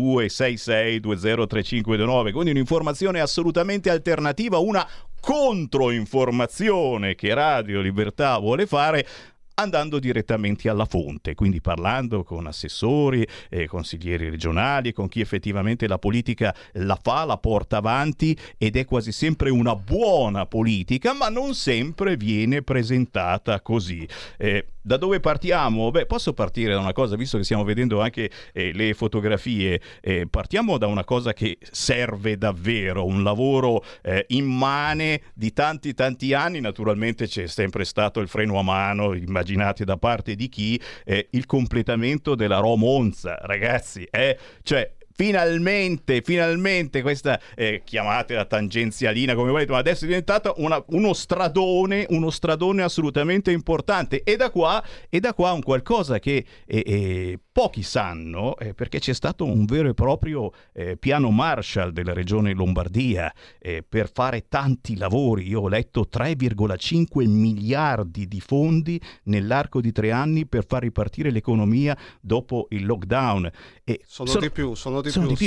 0266203529, quindi un'informazione assolutamente alternativa, una controinformazione che Radio Libertà vuole fare, andando direttamente alla fonte, quindi parlando con assessori, consiglieri regionali, con chi effettivamente la politica la porta avanti, ed è quasi sempre una buona politica, ma non sempre viene presentata così. Da dove partiamo? Posso partire da una cosa, visto che stiamo vedendo anche le fotografie. Partiamo da una cosa che serve davvero, un lavoro immane di tanti anni. Naturalmente c'è sempre stato il freno a mano, immaginate da parte di chi? Il completamento della Monza, ragazzi. Finalmente questa chiamatela tangenzialina come volete, ma adesso è diventata uno stradone assolutamente importante, e da qua un qualcosa che pochi sanno, perché c'è stato un vero e proprio piano Marshall della regione Lombardia per fare tanti lavori. Io ho letto 3,5 miliardi di fondi nell'arco di 3 anni per far ripartire l'economia dopo il lockdown. Sono di più. Sono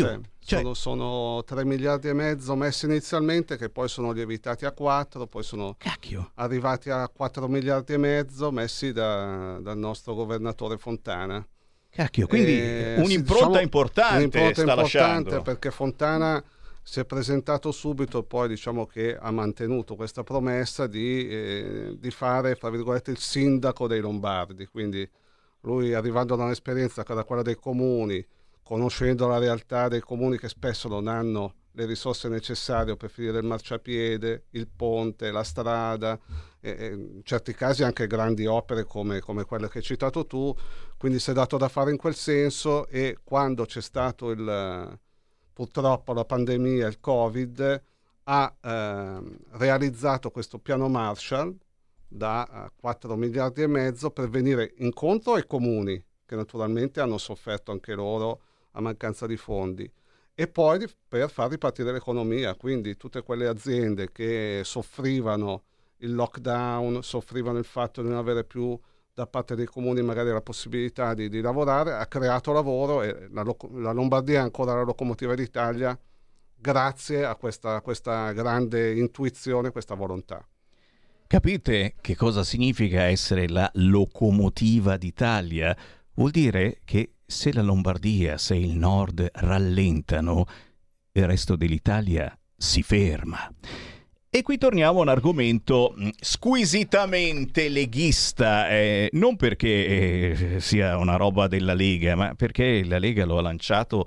3 miliardi e mezzo messi inizialmente, che poi sono lievitati a 4, poi sono arrivati a 4 miliardi e mezzo messi dal nostro governatore Fontana. Quindi un'impronta importante sta lasciando, perché Fontana si è presentato subito, poi diciamo che ha mantenuto questa promessa di fare, fra virgolette, il sindaco dei Lombardi. Quindi lui, arrivando da un'esperienza da quella dei comuni, conoscendo la realtà dei comuni che spesso non hanno le risorse necessarie per finire il marciapiede, il ponte, la strada, in certi casi anche grandi opere come quelle che hai citato tu, quindi si è dato da fare in quel senso. E quando c'è stato purtroppo la pandemia, il Covid, ha realizzato questo piano Marshall da 4 miliardi e mezzo per venire incontro ai comuni, che naturalmente hanno sofferto anche loro a mancanza di fondi. E poi per far ripartire l'economia, quindi tutte quelle aziende che soffrivano il lockdown, soffrivano il fatto di non avere più da parte dei comuni magari la possibilità di lavorare, ha creato lavoro, e la Lombardia è ancora la locomotiva d'Italia grazie a questa grande intuizione, questa volontà. Capite che cosa significa essere la locomotiva d'Italia? Vuol dire che se la Lombardia, se il nord rallentano, il resto dell'Italia si ferma. E qui torniamo a un argomento squisitamente leghista, non perché sia una roba della Lega, ma perché la Lega lo ha lanciato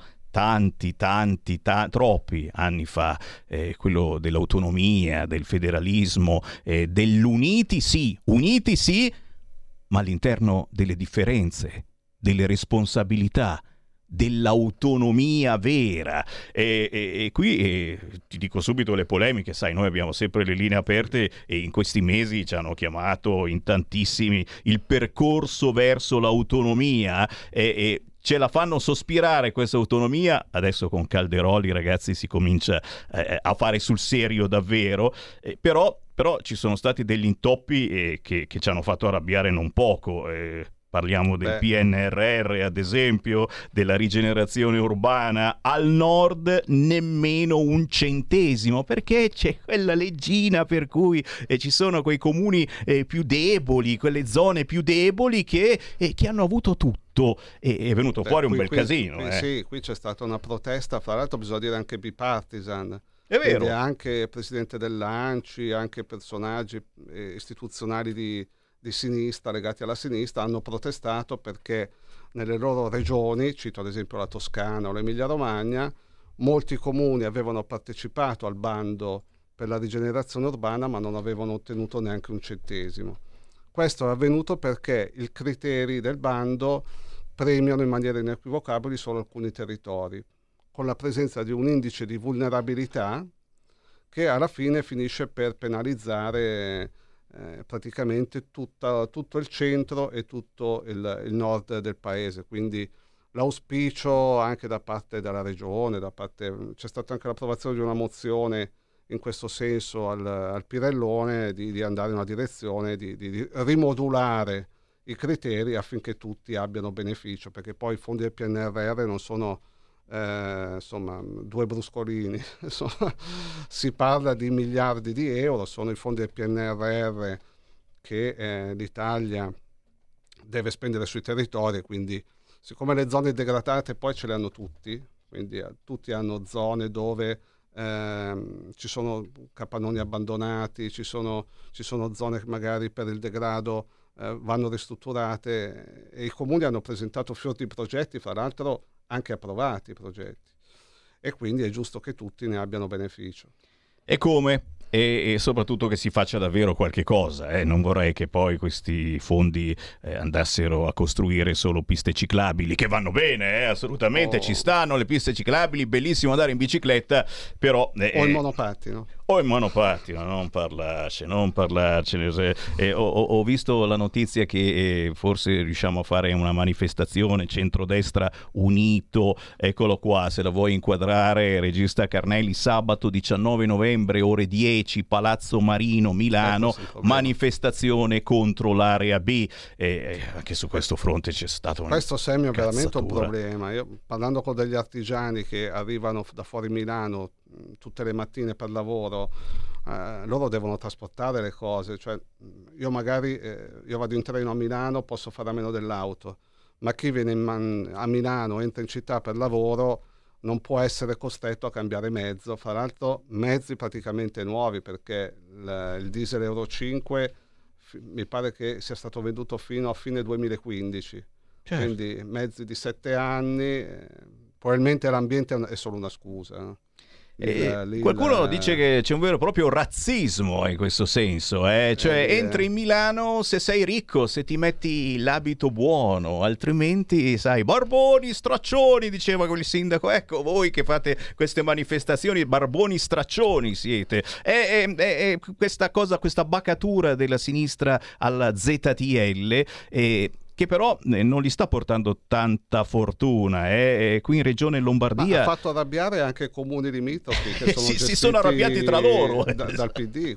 troppi anni fa, quello dell'autonomia, del federalismo, uniti sì, ma all'interno delle differenze, delle responsabilità, dell'autonomia vera. E qui ti dico subito le polemiche, sai, noi abbiamo sempre le linee aperte e in questi mesi ci hanno chiamato in tantissimi il percorso verso l'autonomia e ce la fanno sospirare questa autonomia. Adesso con Calderoli, ragazzi, si comincia a fare sul serio davvero, però ci sono stati degli intoppi che ci hanno fatto arrabbiare non poco. Parliamo del PNRR, ad esempio, della rigenerazione urbana. Al nord nemmeno un centesimo, perché c'è quella leggina per cui ci sono quei comuni più deboli, quelle zone più deboli che hanno avuto tutto. È venuto fuori un bel casino. Sì, qui c'è stata una protesta, fra l'altro bisogna dire anche bipartisan. È vero. Quindi anche presidente dell'ANCI, anche personaggi istituzionali di sinistra, legati alla sinistra, hanno protestato perché nelle loro regioni, cito ad esempio la Toscana o l'Emilia Romagna, molti comuni avevano partecipato al bando per la rigenerazione urbana ma non avevano ottenuto neanche un centesimo. Questo è avvenuto perché i criteri del bando premiano in maniera inequivocabile solo alcuni territori, con la presenza di un indice di vulnerabilità che alla fine finisce per penalizzare praticamente tutto il centro e tutto il nord del paese. Quindi l'auspicio anche da parte della regione, c'è stata anche l'approvazione di una mozione in questo senso al Pirellone di andare in una direzione di rimodulare i criteri affinché tutti abbiano beneficio, perché poi i fondi del PNRR non sono due bruscolini, si parla di miliardi di euro, sono i fondi del PNRR che l'Italia deve spendere sui territori, quindi siccome le zone degradate poi ce le hanno tutti, quindi tutti hanno zone dove ci sono capannoni abbandonati, ci sono zone che magari per il degrado vanno ristrutturate, e i comuni hanno presentato fior di progetti, fra l'altro anche approvati i progetti, e quindi è giusto che tutti ne abbiano beneficio. E come? E soprattutto che si faccia davvero qualche cosa. Non vorrei che poi questi fondi andassero a costruire solo piste ciclabili, che vanno bene, assolutamente, ci stanno le piste ciclabili, bellissimo andare in bicicletta, però o il monopattino. O il monopattino, non parlarcene. Ho visto la notizia che forse riusciamo a fare una manifestazione centrodestra unito, eccolo qua, se la vuoi inquadrare, regista Carnelli, sabato 19 novembre, ore 10, Palazzo Marino, Milano, manifestazione contro l'area B. Anche su questo fronte c'è stato questo Semmi è veramente un problema. Io, parlando con degli artigiani che arrivano da fuori Milano tutte le mattine per lavoro, loro devono trasportare le cose, cioè io magari io vado in treno a Milano, posso fare a meno dell'auto, ma chi viene a Milano, entra in città per lavoro, non può essere costretto a cambiare mezzo, fra l'altro mezzi praticamente nuovi, perché il diesel Euro 5 mi pare che sia stato venduto fino a fine 2015, certo. Quindi mezzi di 7 anni, probabilmente l'ambiente è solo una scusa. Qualcuno dice che c'è un vero e proprio razzismo in questo senso, cioè entri in Milano se sei ricco, se ti metti l'abito buono, altrimenti sai, barboni, straccioni, diceva quel sindaco. Ecco, voi che fate queste manifestazioni, barboni, straccioni siete. Questa cosa, questa baccatura della sinistra alla ZTL, che che però non gli sta portando tanta fortuna. Qui in Regione Lombardia ha fatto arrabbiare anche comuni limitrofi che sono si sono arrabbiati tra loro dal PD,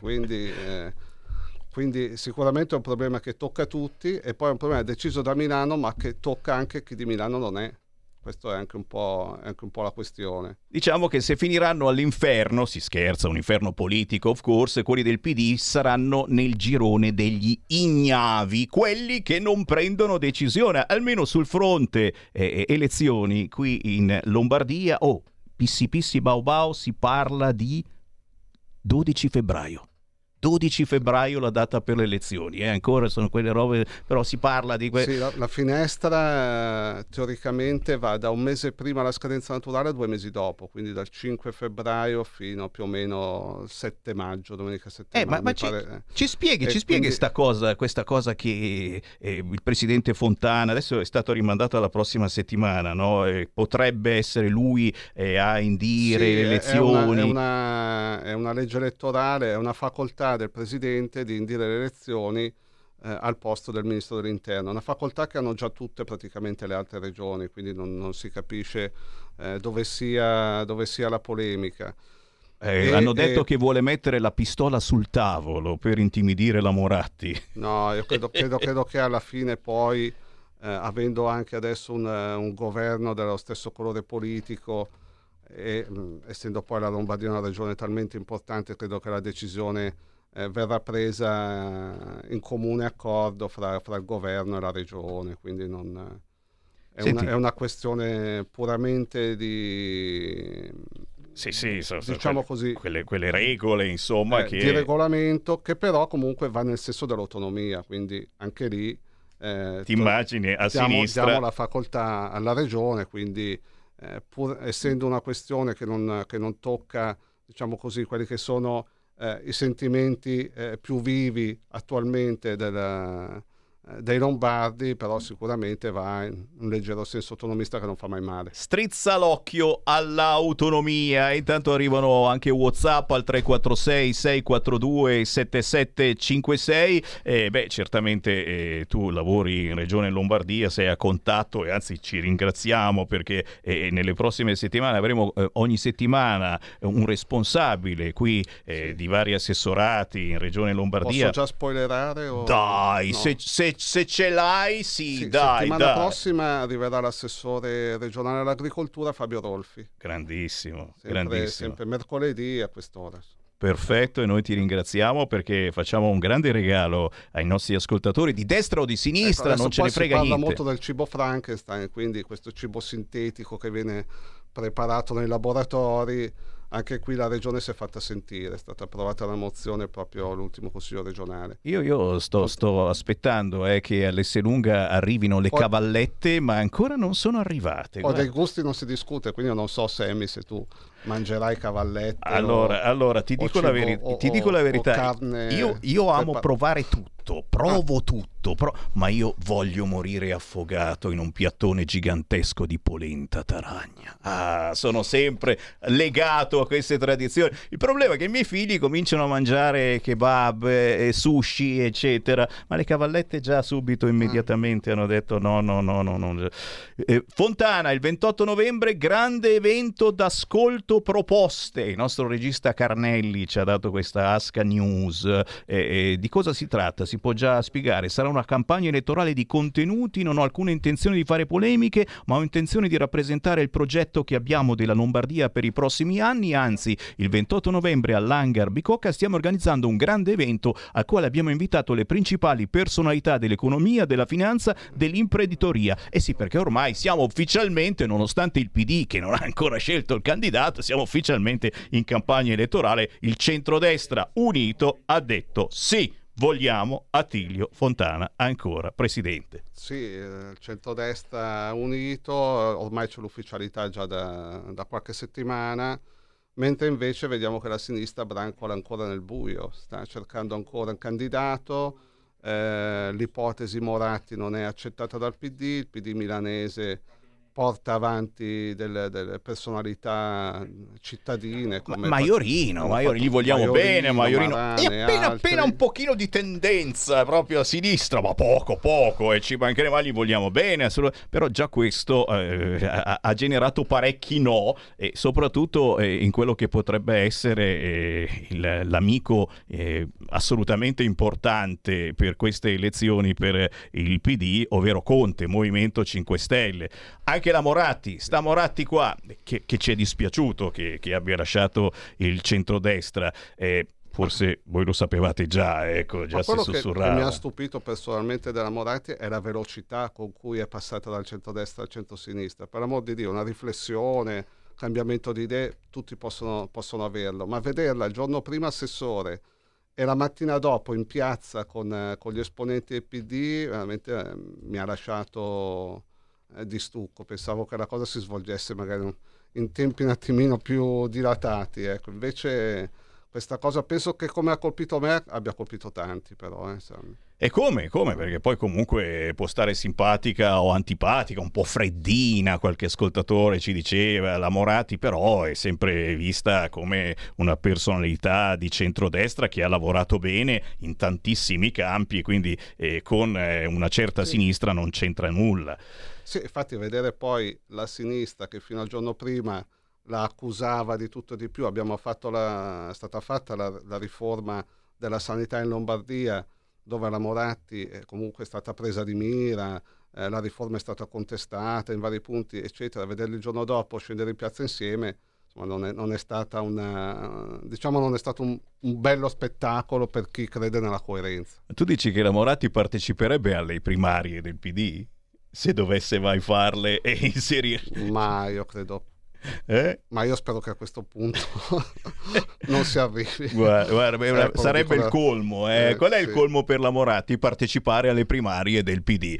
quindi sicuramente è un problema che tocca tutti, e poi è un problema deciso da Milano ma che tocca anche chi di Milano non è. Questo è anche un po' la questione. Diciamo che se finiranno all'inferno, si scherza, un inferno politico of course, quelli del PD saranno nel girone degli ignavi, quelli che non prendono decisione, almeno sul fronte elezioni qui in Lombardia. Pissi bau bau, si parla di 12 febbraio. 12 febbraio la data per le elezioni, ancora sono quelle robe, però si parla di... Sì, la finestra teoricamente va da un mese prima la scadenza naturale a 2 mesi dopo, quindi dal 5 febbraio fino più o meno il 7 maggio, domenica 7 maggio. Ci spieghi quindi... questa cosa che il presidente Fontana, adesso è stato rimandato alla prossima settimana, no? Potrebbe essere lui a indire le elezioni. È una legge elettorale, è una facoltà del presidente di indire le elezioni al posto del ministro dell'interno, una facoltà che hanno già tutte praticamente le altre regioni, quindi non si capisce dove sia la polemica. Hanno detto che vuole mettere la pistola sul tavolo per intimidire la Moratti. No, io credo che alla fine poi avendo anche adesso un governo dello stesso colore politico e essendo poi la Lombardia una regione talmente importante, credo che la decisione verrà presa in comune accordo fra il governo e la regione, quindi è una questione puramente di... diciamo così, quelle regole, insomma, di regolamento, che però comunque va nel senso dell'autonomia, quindi anche lì ti immagini a sinistra diamo la facoltà alla regione, quindi pur essendo una questione che non tocca, diciamo così, quelli che sono i sentimenti più vivi attualmente dei lombardi, però sicuramente va in un leggero senso autonomista che non fa mai male. Strizza l'occhio all'autonomia. Intanto arrivano anche WhatsApp al 346 642 7756. Certamente tu lavori in Regione Lombardia, sei a contatto, e anzi ci ringraziamo perché nelle prossime settimane avremo ogni settimana un responsabile qui di vari assessorati in Regione Lombardia. Posso già spoilerare? Dai, no. Se ce l'hai, sì, dai. Settimana prossima arriverà l'assessore regionale all'agricoltura Fabio Rolfi. Grandissimo. Sempre mercoledì a quest'ora. Perfetto, e noi ti ringraziamo perché facciamo un grande regalo ai nostri ascoltatori di destra o di sinistra, non ce ne frega niente. Si parla molto del cibo Frankenstein, quindi questo cibo sintetico che viene preparato nei laboratori. Anche qui la regione si è fatta sentire, è stata approvata la mozione proprio all'ultimo consiglio regionale. Io sto aspettando che all'Esselunga arrivino le cavallette, ma ancora non sono arrivate. Poi dei gusti non si discute, quindi io non so, Sammy, se tu mangerai cavallette allora ti dico la verità. Io amo provare tutto, provo tutto, ma io voglio morire affogato in un piattone gigantesco di polenta taragna. Sono sempre legato a queste tradizioni. Il problema è che i miei figli cominciano a mangiare kebab e sushi eccetera, ma le cavallette già subito immediatamente hanno detto no. Fontana, il 28 novembre grande evento d'ascolto proposte. Il nostro regista Carnelli ci ha dato questa Asca News. Di cosa si tratta? Si può già spiegare? Sarà una campagna elettorale di contenuti, non ho alcuna intenzione di fare polemiche, ma ho intenzione di rappresentare il progetto che abbiamo della Lombardia per i prossimi anni. Anzi, il 28 novembre all'Hangar Bicocca stiamo organizzando un grande evento al quale abbiamo invitato le principali personalità dell'economia, della finanza, dell'imprenditoria. Sì, perché ormai siamo ufficialmente, nonostante il PD che non ha ancora scelto il candidato, siamo ufficialmente in campagna elettorale. Il centrodestra unito ha detto sì, vogliamo Attilio Fontana ancora presidente. Sì, il centrodestra unito, ormai c'è l'ufficialità già da qualche settimana, mentre invece vediamo che la sinistra brancola ancora nel buio, sta cercando ancora un candidato. L'ipotesi Moratti non è accettata dal PD, il PD milanese porta avanti delle personalità cittadine come Maiorino, gli vogliamo bene, Maiorino. Marane, E appena un pochino di tendenza proprio a sinistra, ma poco, e ci mancherebbe, ma gli vogliamo bene, però già questo ha generato parecchi no, e soprattutto in quello che potrebbe essere l'amico assolutamente importante per queste elezioni per il PD, ovvero Conte, Movimento 5 Stelle. Anche la Moratti, sta Moratti qua, che ci è dispiaciuto che abbia lasciato il centrodestra. Forse voi lo sapevate già, ecco, già si sussurrava. Quello che mi ha stupito personalmente della Moratti è la velocità con cui è passata dal centrodestra al centrosinistra. Per l'amor di Dio, una riflessione, cambiamento di idee, tutti possono averlo, ma vederla il giorno prima assessore e la mattina dopo in piazza con gli esponenti del PD veramente mi ha lasciato di stucco. Pensavo che la cosa si svolgesse magari in tempi un attimino più dilatati, ecco. Invece questa cosa penso che come ha colpito me abbia colpito tanti, però E come? Perché poi comunque può stare simpatica o antipatica, un po' freddina, qualche ascoltatore ci diceva, la Moratti però è sempre vista come una personalità di centrodestra che ha lavorato bene in tantissimi campi, quindi con una certa sinistra non c'entra nulla. Sì, infatti vedere poi la sinistra che fino al giorno prima la accusava di tutto e di più, è stata fatta la riforma della sanità in Lombardia, dove la Moratti comunque è stata presa di mira, la riforma è stata contestata in vari punti, eccetera. Vederli il giorno dopo scendere in piazza insieme, insomma, non è stata non è stato un bello spettacolo per chi crede nella coerenza. Tu dici che la Moratti parteciperebbe alle primarie del PD? Se dovesse mai farle e inserirle? Ma io credo. Ma io spero che a questo punto non si arrivi. Guarda, sarebbe il colmo. Qual è il colmo per la Moratti? Partecipare alle primarie del PD.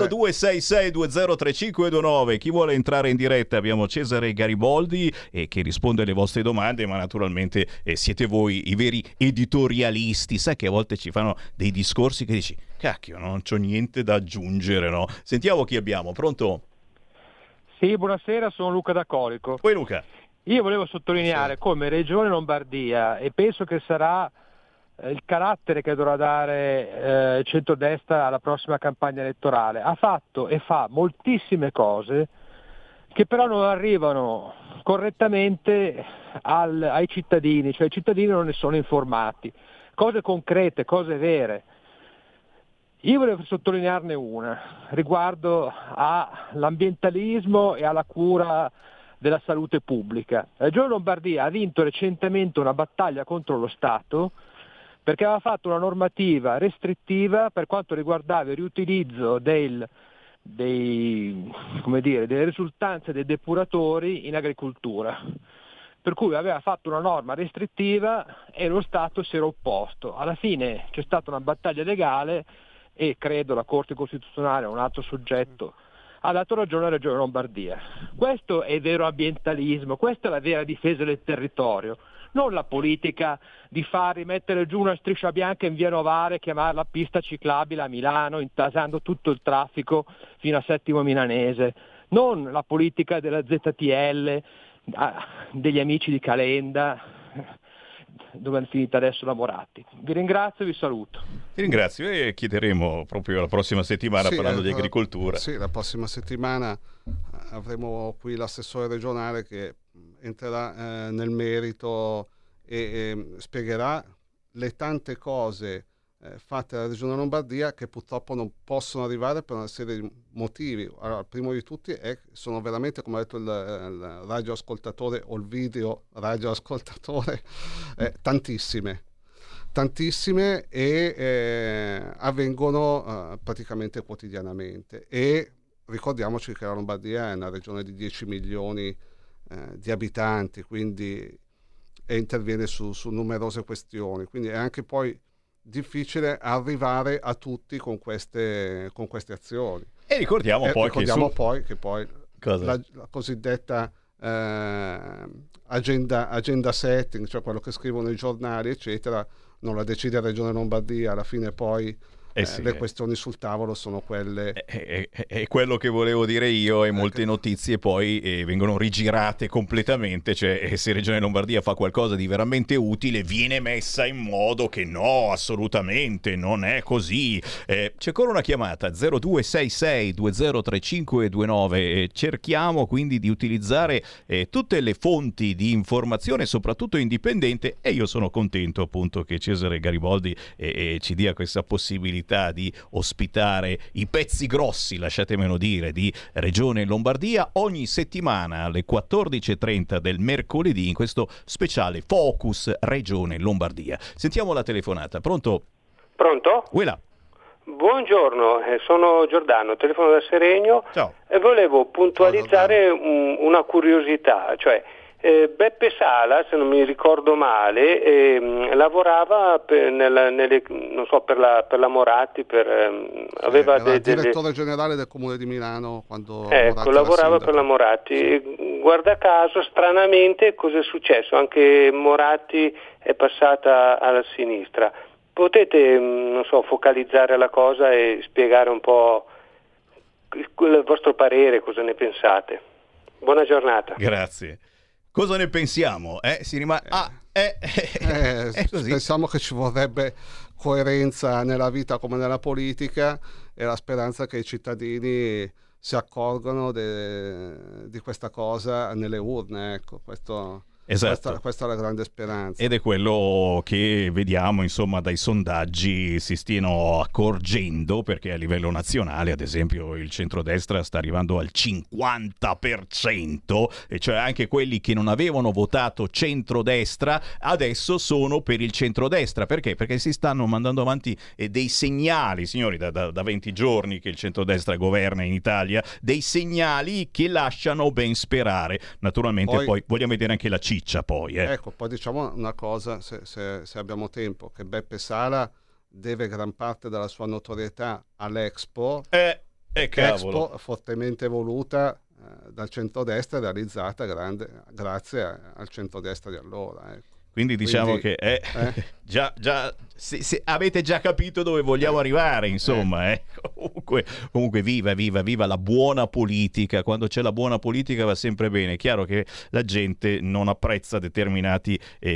0266203529. Chi vuole entrare in diretta? Abbiamo Cesare Gariboldi che risponde alle vostre domande, ma naturalmente siete voi i veri editorialisti. Sai che a volte ci fanno dei discorsi che dici cacchio, non c'ho niente da aggiungere, no? Sentiamo chi abbiamo. Pronto? Sì, buonasera, sono Luca da Colico. Poi Luca. Io volevo sottolineare come Regione Lombardia, e penso che sarà il carattere che dovrà dare il centrodestra alla prossima campagna elettorale, ha fatto e fa moltissime cose che però non arrivano correttamente ai cittadini, cioè i cittadini non ne sono informati. Cose concrete, cose vere. Io volevo sottolinearne una riguardo all'ambientalismo e alla cura della salute pubblica. La Regione Lombardia ha vinto recentemente una battaglia contro lo Stato perché aveva fatto una normativa restrittiva per quanto riguardava il riutilizzo delle risultanze dei depuratori in agricoltura. Per cui aveva fatto una norma restrittiva e lo Stato si era opposto. Alla fine c'è stata una battaglia legale e credo la Corte Costituzionale, un altro soggetto, ha dato ragione alla Regione Lombardia. Questo è vero ambientalismo, questa è la vera difesa del territorio, non la politica di far rimettere giù una striscia bianca in via Novare e chiamarla pista ciclabile a Milano, intasando tutto il traffico fino a Settimo Milanese, non la politica della ZTL, degli amici di Calenda, dove è finita adesso la Moratti. Vi ringrazio e vi saluto. Ti ringrazio e chiederemo proprio la prossima settimana parlando di agricoltura. Sì, la prossima settimana avremo qui l'assessore regionale che entrerà nel merito e spiegherà le tante cose fatte dalla Regione Lombardia che purtroppo non possono arrivare per una serie di motivi. Allora, il primo di tutti sono veramente, come ha detto il radioascoltatore o il video radioascoltatore, tantissime e avvengono praticamente quotidianamente. E ricordiamoci che la Lombardia è una regione di 10 milioni di abitanti, quindi interviene su numerose questioni, quindi è anche poi difficile arrivare a tutti con queste azioni. E ricordiamo poi che la cosiddetta agenda setting, cioè quello che scrivono i giornali eccetera, non la decide la Regione Lombardia, alla fine poi le questioni sul tavolo sono quelle. È quello che volevo dire io, e molte notizie poi vengono rigirate completamente, cioè se Regione Lombardia fa qualcosa di veramente utile viene messa in modo che no, assolutamente non è così. C'è ancora una chiamata 0266 203529, cerchiamo quindi di utilizzare tutte le fonti di informazione, soprattutto indipendente, e io sono contento appunto che Cesare Gariboldi ci dia questa possibilità di ospitare i pezzi grossi, lasciatemelo dire, di Regione Lombardia ogni settimana alle 14:30 del mercoledì in questo speciale Focus Regione Lombardia. Sentiamo la telefonata. Pronto? Pronto? Uela. Buongiorno, sono Giordano, telefono da Seregno. Ciao. E volevo puntualizzare una curiosità, cioè Beppe Sala, se non mi ricordo male, lavorava per la Moratti, aveva era direttore generale del Comune di Milano quando lavorava per la Moratti. Guarda caso, stranamente, cosa è successo? Anche Moratti è passata alla sinistra. Potete, focalizzare la cosa e spiegare un po' il vostro parere, cosa ne pensate? Buona giornata. Grazie. Cosa ne pensiamo? Si rimane... così. Pensiamo che ci vorrebbe coerenza nella vita come nella politica, e la speranza che i cittadini si accorgono di questa cosa nelle urne. Ecco, Esatto. Questa è la grande speranza. Ed è quello che vediamo, insomma, dai sondaggi si stiano accorgendo, perché a livello nazionale, ad esempio, il centrodestra sta arrivando al 50%, e cioè anche quelli che non avevano votato centrodestra adesso sono per il centrodestra. Perché? Perché si stanno mandando avanti dei segnali, signori, da 20 giorni che il centrodestra governa in Italia, dei segnali che lasciano ben sperare. Naturalmente poi vogliamo vedere anche la cifra. Poi, Ecco, poi diciamo una cosa, se abbiamo tempo, che Beppe Sala deve gran parte della sua notorietà all'Expo, Expo fortemente voluta dal centrodestra e realizzata grazie al centrodestra di allora. Ecco. Quindi diciamo che già se avete già capito dove vogliamo arrivare, insomma. Comunque viva la buona politica. Quando c'è la buona politica va sempre bene. È chiaro che la gente non apprezza determinati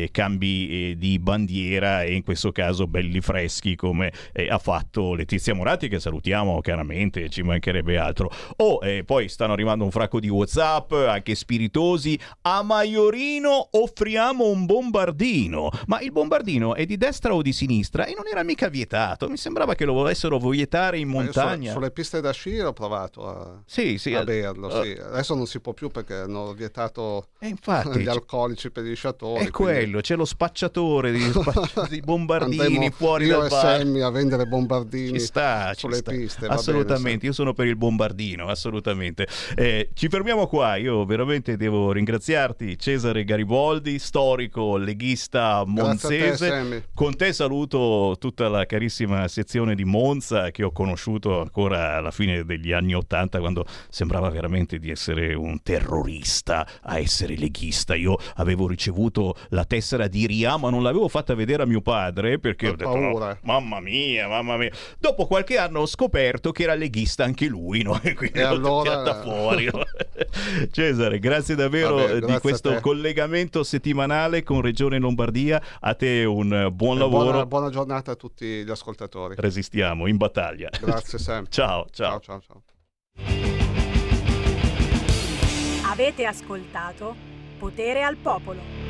cambi di bandiera, e in questo caso belli freschi come ha fatto Letizia Moratti, che salutiamo chiaramente, ci mancherebbe altro. Poi stanno arrivando un fracco di WhatsApp, anche spiritosi. A Maiorino offriamo un bombardino. Ma il bombardino è di destra o di sinistra? E non era mica vietato. Mi sembrava che lo volessero vietare in montagna. Sulle piste da sci ho provato a berlo. Adesso non si può più perché hanno vietato gli alcolici per gli sciatori. È quello, c'è lo spacciatore di bombardini fuori dal bar. Io e Sammy a vendere bombardini sulle piste. Assolutamente, io sono per il bombardino, assolutamente. Ci fermiamo qua. Io veramente devo ringraziarti, Cesare Gariboldi, storico leghista monzese. Con te saluto tutta la carissima sezione di Monza, che ho conosciuto ancora alla fine degli anni '80, quando sembrava veramente di essere un terrorista a essere leghista. Io avevo ricevuto la tessera di Ria, ma non l'avevo fatta vedere a mio padre perché ho detto no, mamma mia. Dopo qualche anno ho scoperto che era leghista anche lui, no? E quindi l'ho tirata fuori, no? Cesare, grazie davvero di questo collegamento settimanale con Regione Lombardia. A te un buon lavoro. Buona giornata a tutti gli ascoltatori. Resistiamo in battaglia. Grazie Sam. Ciao. Avete ascoltato Potere al Popolo.